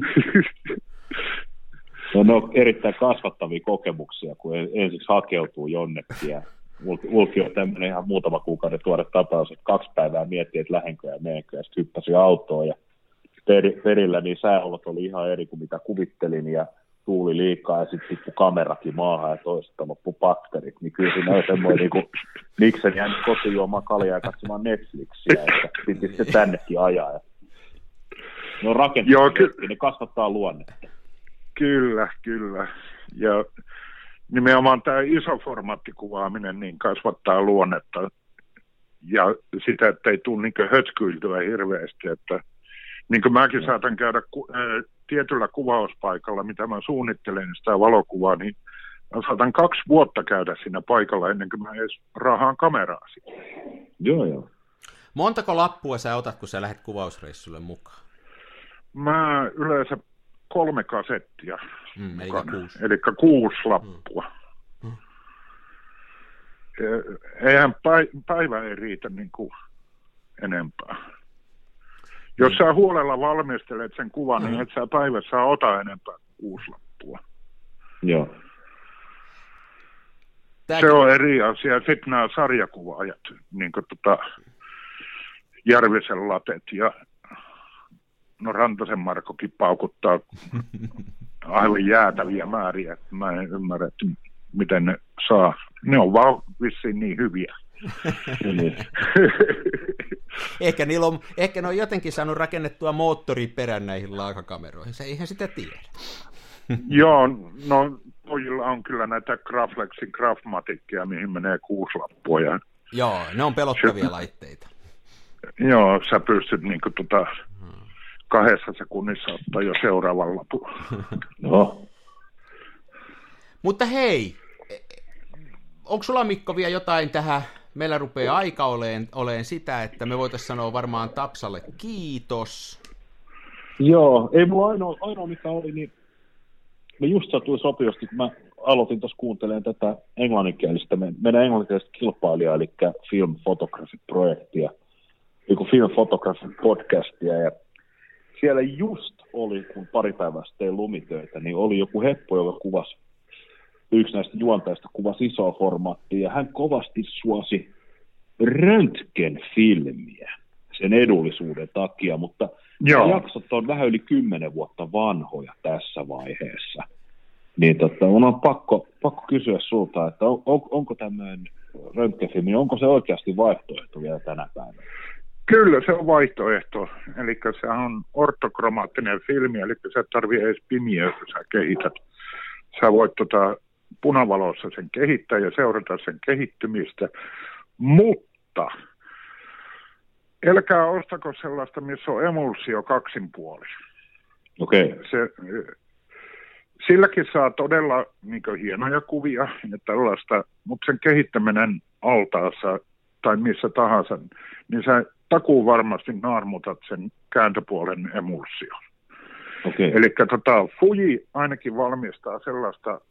No, on erittäin kasvattavia kokemuksia, kun ensiksi hakeutuu jonnekin, ja mulki on tämmöinen ihan muutama kuukauden tuore tapaus, että 2 päivää miettii, että lähdenkö ja menenkö, ja sitten hyppäsin autoon, ja perillä niin sääolot oli ihan eri kuin mitä kuvittelin, ja tuuli liikaa, ja sitten tippui kamerakin maahan, ja toisesta loppui patterit, niin kyllä siinä on semmoinen, niin kuin, miksen jäänyt kotiin juomaan kaljaa ja katsomaan Netflixiä, että piti sitten tännekin ajaa. Ja ne on rakenteellisesti, ne kasvattaa luonnetta. Kyllä. Ja nimenomaan tämä isoformaattikuvaaminen niin kasvattaa luonnetta, ja sitä, että ei tule niin hötkyiltyä hirveästi, että niin kuin mäkin saatan käydä tietyllä kuvauspaikalla, mitä mä suunnittelen sitä valokuvaa, niin mä saatan 2 vuotta käydä siinä paikalla ennen kuin mä edes rahaan kameraa siitä. Joo. Montako lappua sä otat, kun sä lähdet kuvausreissulle mukaan? Mä yleensä 3 kasettia mukana, eli 6 lappua. Eihän päivä ei riitä niin kuin enempää. Jos sä huolella valmistelet sen kuvan, niin et sä päivässä ota enempää 6 lappua. Joo. Se on eri asia. Sitten nämä sarjakuvaajat, niin kuin Järvisen latet ja Rantasen Markokin paukuttaa aivan jäätäviä määriä. Mä en ymmärrä, että miten ne saa. Ne on vaan vissiin niin hyviä. Ehkä ne on jotenkin saanut rakennettua moottoriperän näihin laakakameroihin, se eihän sitä tiedä. Joo, no pojilla on kyllä näitä Graflexin Grafmatickia, mihin menee 6 lappua. Ja joo, ne on pelottavia laitteita. Joo, sä pystyt niinku 2 sekunnissa ottaa jo seuraavan lapun. No. Mutta hei, onko sulla Mikko vielä jotain tähän? Meillä rupeaa aika oleen sitä, että me voitaisiin sanoa varmaan Tapsalle kiitos. Joo, ei mulla ainoa mikä oli, niin me just satui sopivasti, kun mä aloitin tuossa kuuntelemaan tätä englanninkielistä, meidän englanninkielistä kilpailijaa, eli Film Photography-projektia, Film Photography podcastia, ja siellä just oli, kun pari päivää tein lumitöitä, niin oli joku heppo, joka kuvasi, yksi näistä juontajista kuvasi isoa formaattia, ja hän kovasti suosi röntgenfilmiä sen edullisuuden takia, mutta jaksot on vähän yli 10 vuotta vanhoja tässä vaiheessa. Niin mun on pakko kysyä sulta, että onko tämmöinen röntgenfilmi, onko se oikeasti vaihtoehto vielä tänä päivänä? Kyllä se on vaihtoehto, eli se on ortokromaattinen filmi, eli sä et tarvitse edes pimiä, kun sä kehität. Sä voit punavalossa sen kehittää ja seurata sen kehittymistä, mutta älkää ostako sellaista, missä on emulsio 2 puoli. Okei. Silläkin saa todella hienoja kuvia ja tällaista, mutta sen kehittäminen altaassa tai missä tahansa, niin sä takuu varmasti naarmutat sen kääntöpuolen emulsion. Okay. Eli Fuji ainakin valmistaa sellaista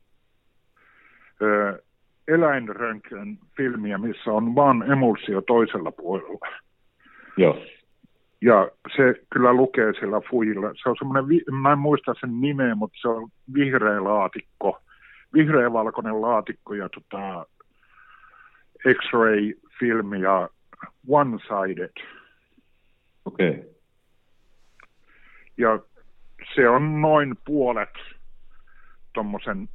eläinröntgen filmiä, missä on vaan emulsio toisella puolella. Joo. Ja se kyllä lukee siellä Fujilla. Se on semmoinen, mä en muista sen nimeä, mutta se on vihreä laatikko, vihreä-valkoinen laatikko ja X-ray filmi ja one-sided. Okei. Okay. Ja se on noin puolet tuommoisen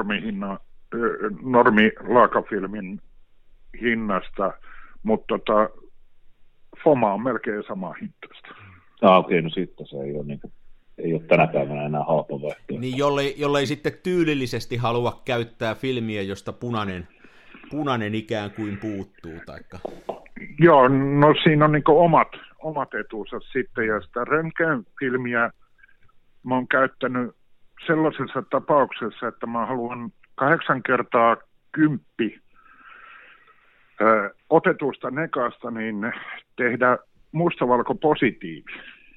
normilaakafilmin hinnasta, mutta FOMA on melkein sama hintaista. Okei, no sitten se ei ole tänä päivänä enää halpa vaihtoehto. Niin, jollei sitten tyylillisesti halua käyttää filmiä, josta punainen ikään kuin puuttuu, taikka... Joo, no siinä on omat omat etunsa sitten, ja sitä röntgenfilmiä mä oon käyttänyt sellaisessa tapauksessa, että mä haluan 8x10 otetusta nekasta niin tehdä mustavalkopositiivi.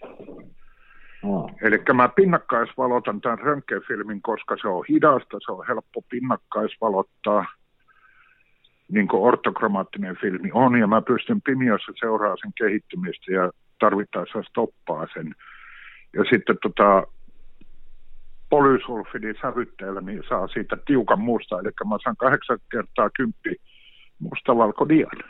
Eli mä pinnakkaisvalotan tämän röntgenfilmin, koska se on hidasta, se on helppo pinnakkaisvalottaa, niin kuin ortokromaattinen filmi on, ja mä pystyn pimiössä seuraamaan sen kehittymistä ja tarvittaessa stoppaa sen. Ja sitten polysulfidisävytteellä niin saa siitä tiukan musta, eli mä saan 8x10 mustavalkodian.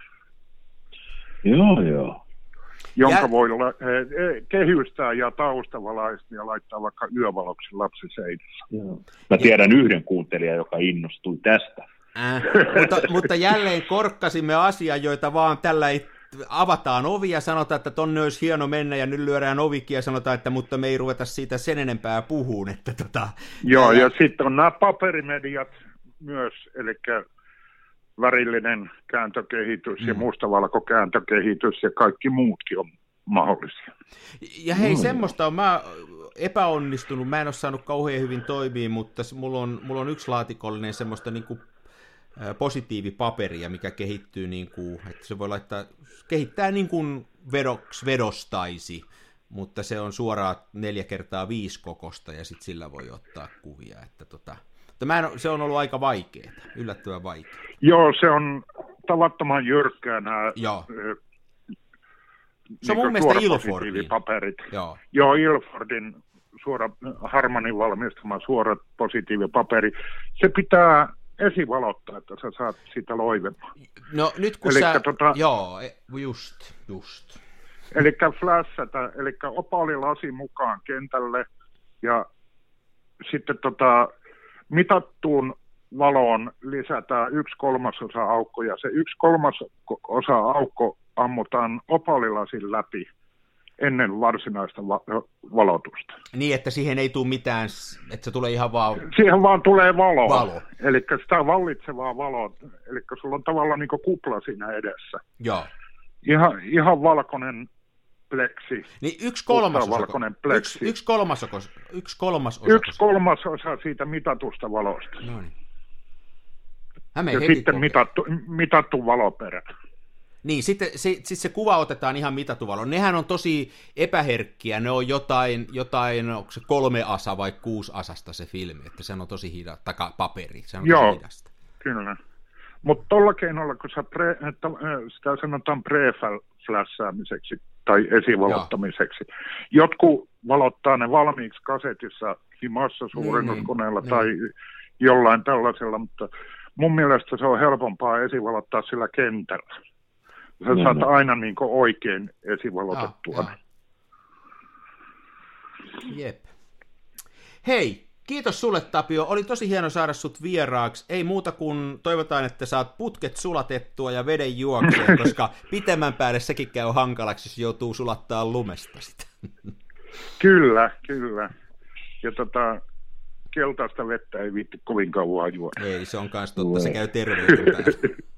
Joo. Jonka voi kehystää ja taustavalaista ja laittaa vaikka yövaloksi lapsi seinässä. Mä tiedän yhden kuuntelijan, joka innostui tästä. Mutta jälleen korkkasimme asiaa, joita vaan tällä avataan ovi ja sanotaan, että tonne olisi hieno mennä ja nyt lyödään ovikin ja sanotaan, että mutta me ei ruveta siitä sen enempää puhuun. Joo, ja sitten on nämä paperimediat myös, eli värillinen kääntökehitys ja mustavalkokääntökehitys ja kaikki muutkin on mahdollisia. Ja hei, semmoista on mä epäonnistunut, mä en ole saanut kauhean hyvin toimia, mutta mulla on yksi laatikollinen semmoista niinku positiivipaperia, mikä kehittyy niinku, että se voi kehittää niin kuin vedostaisi, mutta se on suoraan 4x5 kokosta ja sitten sillä voi ottaa kuvia, se on ollut aika vaikeaa, yllättävän vaikeaa. Joo, se on tavattoman jyrkkää nämä se on mun mielestä Ilfordin paperit. Joo, Ilfordin Harmanin valmistama suora positiivipaperi. Se pitää esivalottaa, että sä saat sitä loivempaa. No nyt kun just. Eli flashata, eli opaalilasi mukaan kentälle ja sitten mitattuun valoon lisätään 1/3 aukko, ja se 1/3 aukko ammutaan opaalilasin läpi ennen varsinaista valotusta. Niin, että siihen ei tule mitään, että se tulee ihan vaan... Siihen vaan tulee valo. Eli sitä vallitsevaa valoa, eli sulla on tavallaan niin kuin kupla siinä edessä. Joo. Ihan valkoinen pleksi. Niin 1/3 siitä mitatusta valosta. No niin. Ja sitten mitattu valoperä. Niin, sitten se kuva otetaan ihan mitattu valo. Nehän on tosi epäherkkiä, ne on jotain onko se 3 asa vai 6 asasta se filmi, että se on tosi hidasta, paperi, se on tosi hidasta. Kyllä. Mutta tuolla keinolla, kun sitä sanotaan pre-flässäämiseksi tai esivalottamiseksi, jotkut valottaa ne valmiiksi kasetissa himassa suurennuskoneella tai jollain tällaisella, mutta mun mielestä se on helpompaa esivalottaa sillä kentällä. Sä saat aina niin kuin oikein esivalotettua. Jep. Hei, kiitos sulle Tapio. Oli tosi hieno saada sut vieraaksi. Ei muuta kuin toivotaan, että saat putket sulatettua ja veden juokseen, koska pitemmän päälle sekin käy hankalaksi, jos joutuu sulattaa lumesta sitä. Kyllä. Ja keltaista vettä ei viitti kovin kauan juoda. Ei, se on kans totta, se käy terveyden päälle.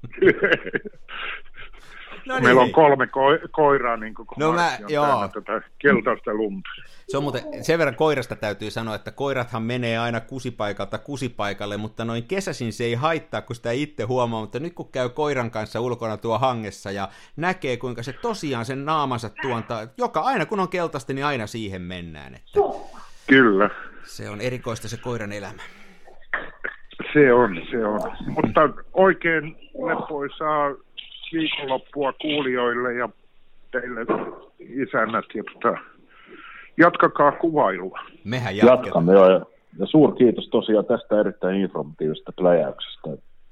No niin. Meillä on 3 koiraa, niin kuin tätä keltaista lunta. Se on muuten, sen verran koirasta täytyy sanoa, että koirathan menee aina kusipaikalta kusipaikalle, mutta noin kesäisin se ei haittaa, kun sitä itse huomaa, mutta nyt kun käy koiran kanssa ulkona tuo hangessa ja näkee, kuinka se tosiaan sen naamansa tuontaa, aina kun on keltaista, niin aina siihen mennään. Että kyllä. Se on erikoista se koiran elämä. Se on. Mutta oikein lepoisaa viikonloppua kuulijoille ja teille isännät, ja jatkakaa kuvailua. Mehän jatkamme joo, ja suurkiitos tosiaan tästä erittäin informatiivisesta pläjäyksestä.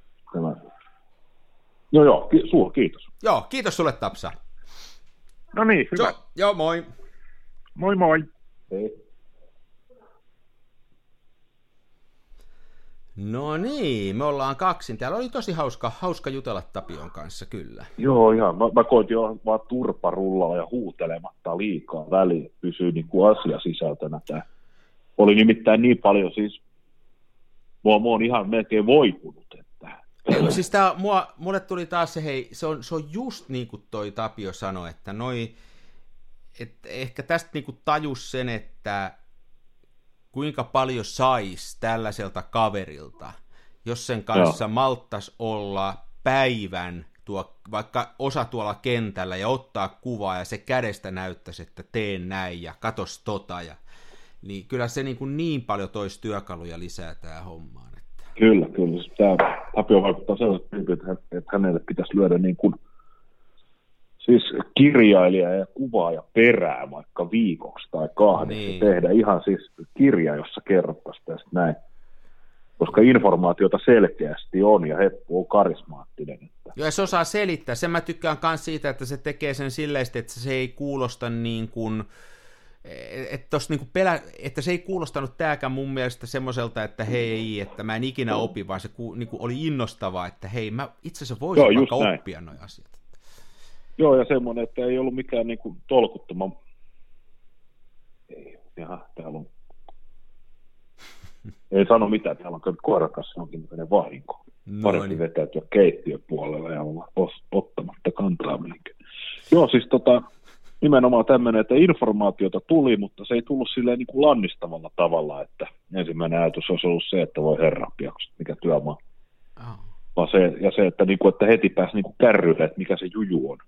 Suurkiitos. Joo, kiitos sulle Tapsa. No niin, hyvä. Joo, moi. Moi. Hei. No niin, me ollaan kaksin. Täällä oli tosi hauska jutella Tapion kanssa, kyllä. Joo, ihan. Mä koitin jo vaan turparullaa ja huutelematta liikaa väliin, pysyy niin kuin asiasisältönä. Tää oli nimittäin niin paljon, siis mä oon ihan melkein voipunut. Ei, siis mulle tuli taas se, hei, se on just niin kuin toi Tapio sanoi, että ehkä tästä niinku tajus sen, että kuinka paljon sais tällaiselta kaverilta, jos sen kanssa malttas olla päivän, vaikka osa tuolla kentällä ja ottaa kuvaa ja se kädestä näyttäisi, että teen näin ja katos ja niin kyllä se niin paljon toisi työkaluja lisää tähän hommaan. Että. Kyllä. Tämä Tapio vaikuttaa sellaiset tyypit, että hänelle pitäisi lyödä niin kuin siis kirjailija ja kuvaaja perää vaikka viikoksi tai kahdeksi niin. Tehdä ihan siis kirja, jossa kerrottaisiin tästä näin. Koska informaatiota selkeästi on ja Heppu on karismaattinen. Että. Joo, ja se osaa selittää. Sen mä tykkään myös siitä, että se tekee sen silleen, että se ei kuulosta niin kuin, että se ei kuulostanut tääkään mun mielestä semmoiselta, että hei, että mä en ikinä opi, vaan se niin kuin oli innostavaa, että hei, mä itse asiassa voisin vaikka oppia nuo asiat. Joo, ja semmoinen, että ei ollut mikään niin kuin tolkuttoman. Täällä on. Ei sano mitään, täällä on kyllä koiran kanssa jonkinlainen vahinko. Parempi vetäytyä keittiöpuolella ja olla ottamatta kantaa mihinkään. Joo, siis nimenomaan tämmöinen, että informaatiota tuli, mutta se ei tullut silleen niin kuin lannistavalla tavalla, että ensimmäinen ajatus olisi ollut se, että voi herrappia, mikä työmaa. Vaan se, että, niin kuin, että heti pääsi niin kuin kärryille, että mikä se juju on.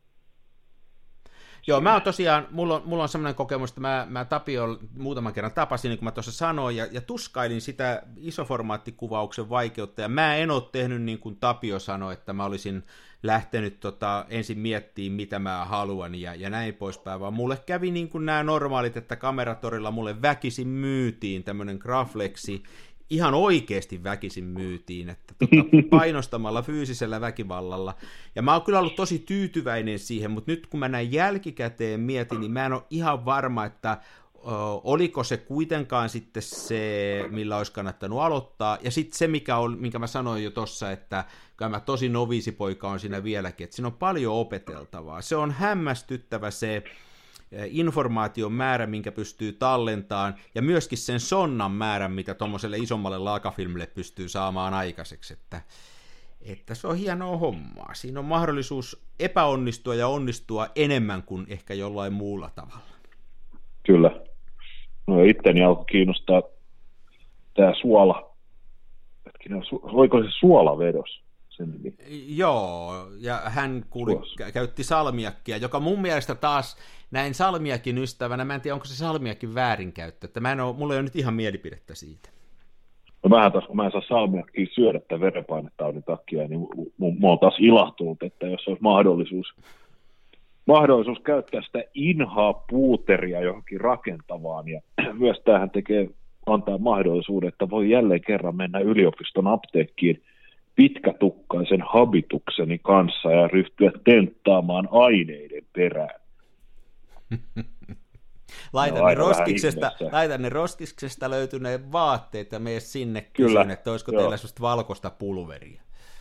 Joo, mä oon tosiaan, mulla on semmoinen kokemus, että mä Tapio muutaman kerran tapasin, niin kuin mä tuossa sanoin, ja tuskailin sitä isoformaattikuvauksen vaikeutta, ja mä en ole tehnyt niin kuin Tapio sanoi, että mä olisin lähtenyt ensin miettimään, mitä mä haluan, ja näin poispäin, vaan mulle kävi niin kuin nämä normaalit, että Kameratorilla mulle väkisin myytiin tämmöinen Graflexi, ihan oikeasti väkisin myytiin, että painostamalla fyysisellä väkivallalla. Ja mä oon kyllä ollut tosi tyytyväinen siihen, mutta nyt kun mä näin jälkikäteen mietin, niin mä en ole ihan varma, että oliko se kuitenkaan sitten se, millä olisi kannattanut aloittaa. Ja sitten se, minkä mä sanoin jo tuossa, että kyllä mä tosi noviisipoika on siinä vieläkin, että siinä on paljon opeteltavaa. Se on hämmästyttävä se informaation määrä, minkä pystyy tallentamaan, ja myöskin sen sonnan määrän, mitä tuommoiselle isommalle laakafilmille pystyy saamaan aikaiseksi, että se on hienoa hommaa. Siinä on mahdollisuus epäonnistua ja onnistua enemmän kuin ehkä jollain muulla tavalla. Kyllä. No itteni alkoi kiinnostaa tämä suola. Oliko se suolavedos? Joo, ja hän käytti salmiakkia, joka mun mielestä taas näin salmiakin ystävänä, mä en tiedä, onko se salmiakin väärinkäyttö, että mulla ei ole nyt ihan mielipidettä siitä. No vähän taas, kun mä en saa salmiakkia syödä tämän verenpainetaudin takia, niin mä oon taas ilahtunut, että jos olisi mahdollisuus käyttää sitä inha-puuteria johonkin rakentavaan, ja myös tämähän antaa mahdollisuuden, että voi jälleen kerran mennä yliopiston apteekkiin pitkätukkaisen habitukseni kanssa ja ryhtyä tenttaamaan aineiden perään. Laitan ne roskiksesta löytyneen vaatteet ja mene sinne kysyn, että olisiko teillä sellaista valkoista pulveria.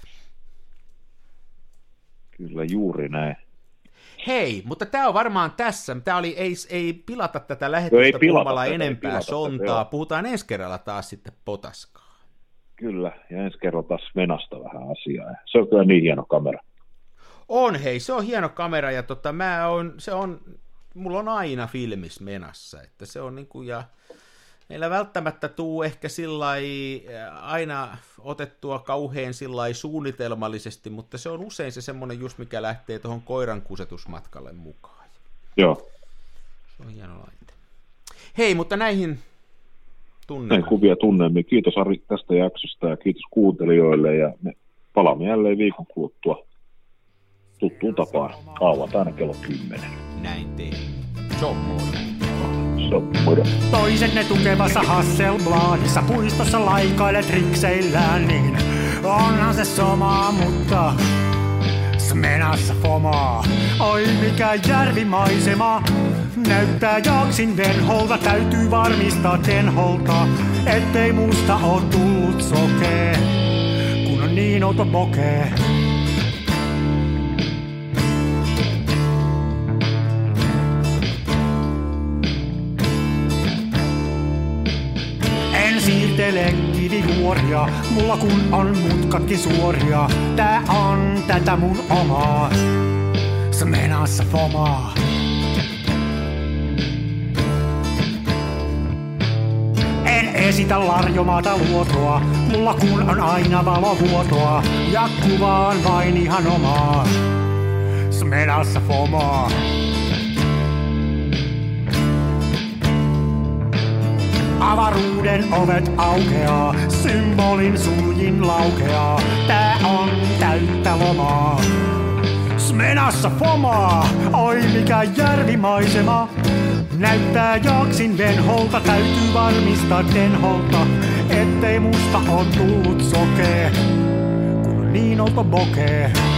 Kyllä, juuri näin. Hei, mutta tämä on varmaan tässä. Tämä oli, ei pilata tätä lähetystä puhumalla enempää sontaa. Puhutaan ensi kerralla taas sitten potaskaa. Kyllä, ja ensi kerralla taas Venasta vähän asiaa. Se on kyllä niin hieno kamera. Se on hieno kamera, ja mulla on aina filmis menassa, että se on niinku, ja meillä välttämättä tuu ehkä sillai aina otettua kauhean sillai suunnitelmallisesti, mutta se on usein se semmoinen just, mikä lähtee tuohon koiran kusetusmatkalle mukaan. Joo. Se on hieno laite. Hei, mutta näihin tunnelmiin. Näin kuvia tunnelmiin. Kiitos Ari tästä jaksosta ja kiitos kuuntelijoille, ja me palaamme jälleen viikon kuluttua tuttuun tapaan lauantaina kello 10. Näin teemme. Se on moro. Toisenne tukevassa Hasselbladissa puistossa laikailet rikseillään, niin onhan se sama, mutta Smenassa fomaa. Oi mikä järvimaisema, näyttää jaksin venholta, täytyy varmistaa tenholta, ettei musta oo tullut sokee, kun on niin outo pokee. Siirtele kivijuoria, mulla kun on mutkatkin suoria. Tää on tätä mun omaa, Smenassa fomaa. Esitä larjomaata luotoa, mulla kun on aina valovuotoa. Ja kuvaan vain ihan omaa, Smenassa FOMOa. Avaruuden ovet aukeaa, symbolin suljin laukeaa. Tää on täyttä lomaa, Smenassa FOMOa. Oi mikä järvimaisema, näyttää jaksin venholta. Täytyy varmistaa denholta, ettei musta on tullut sokee, kun on niin olto bokee.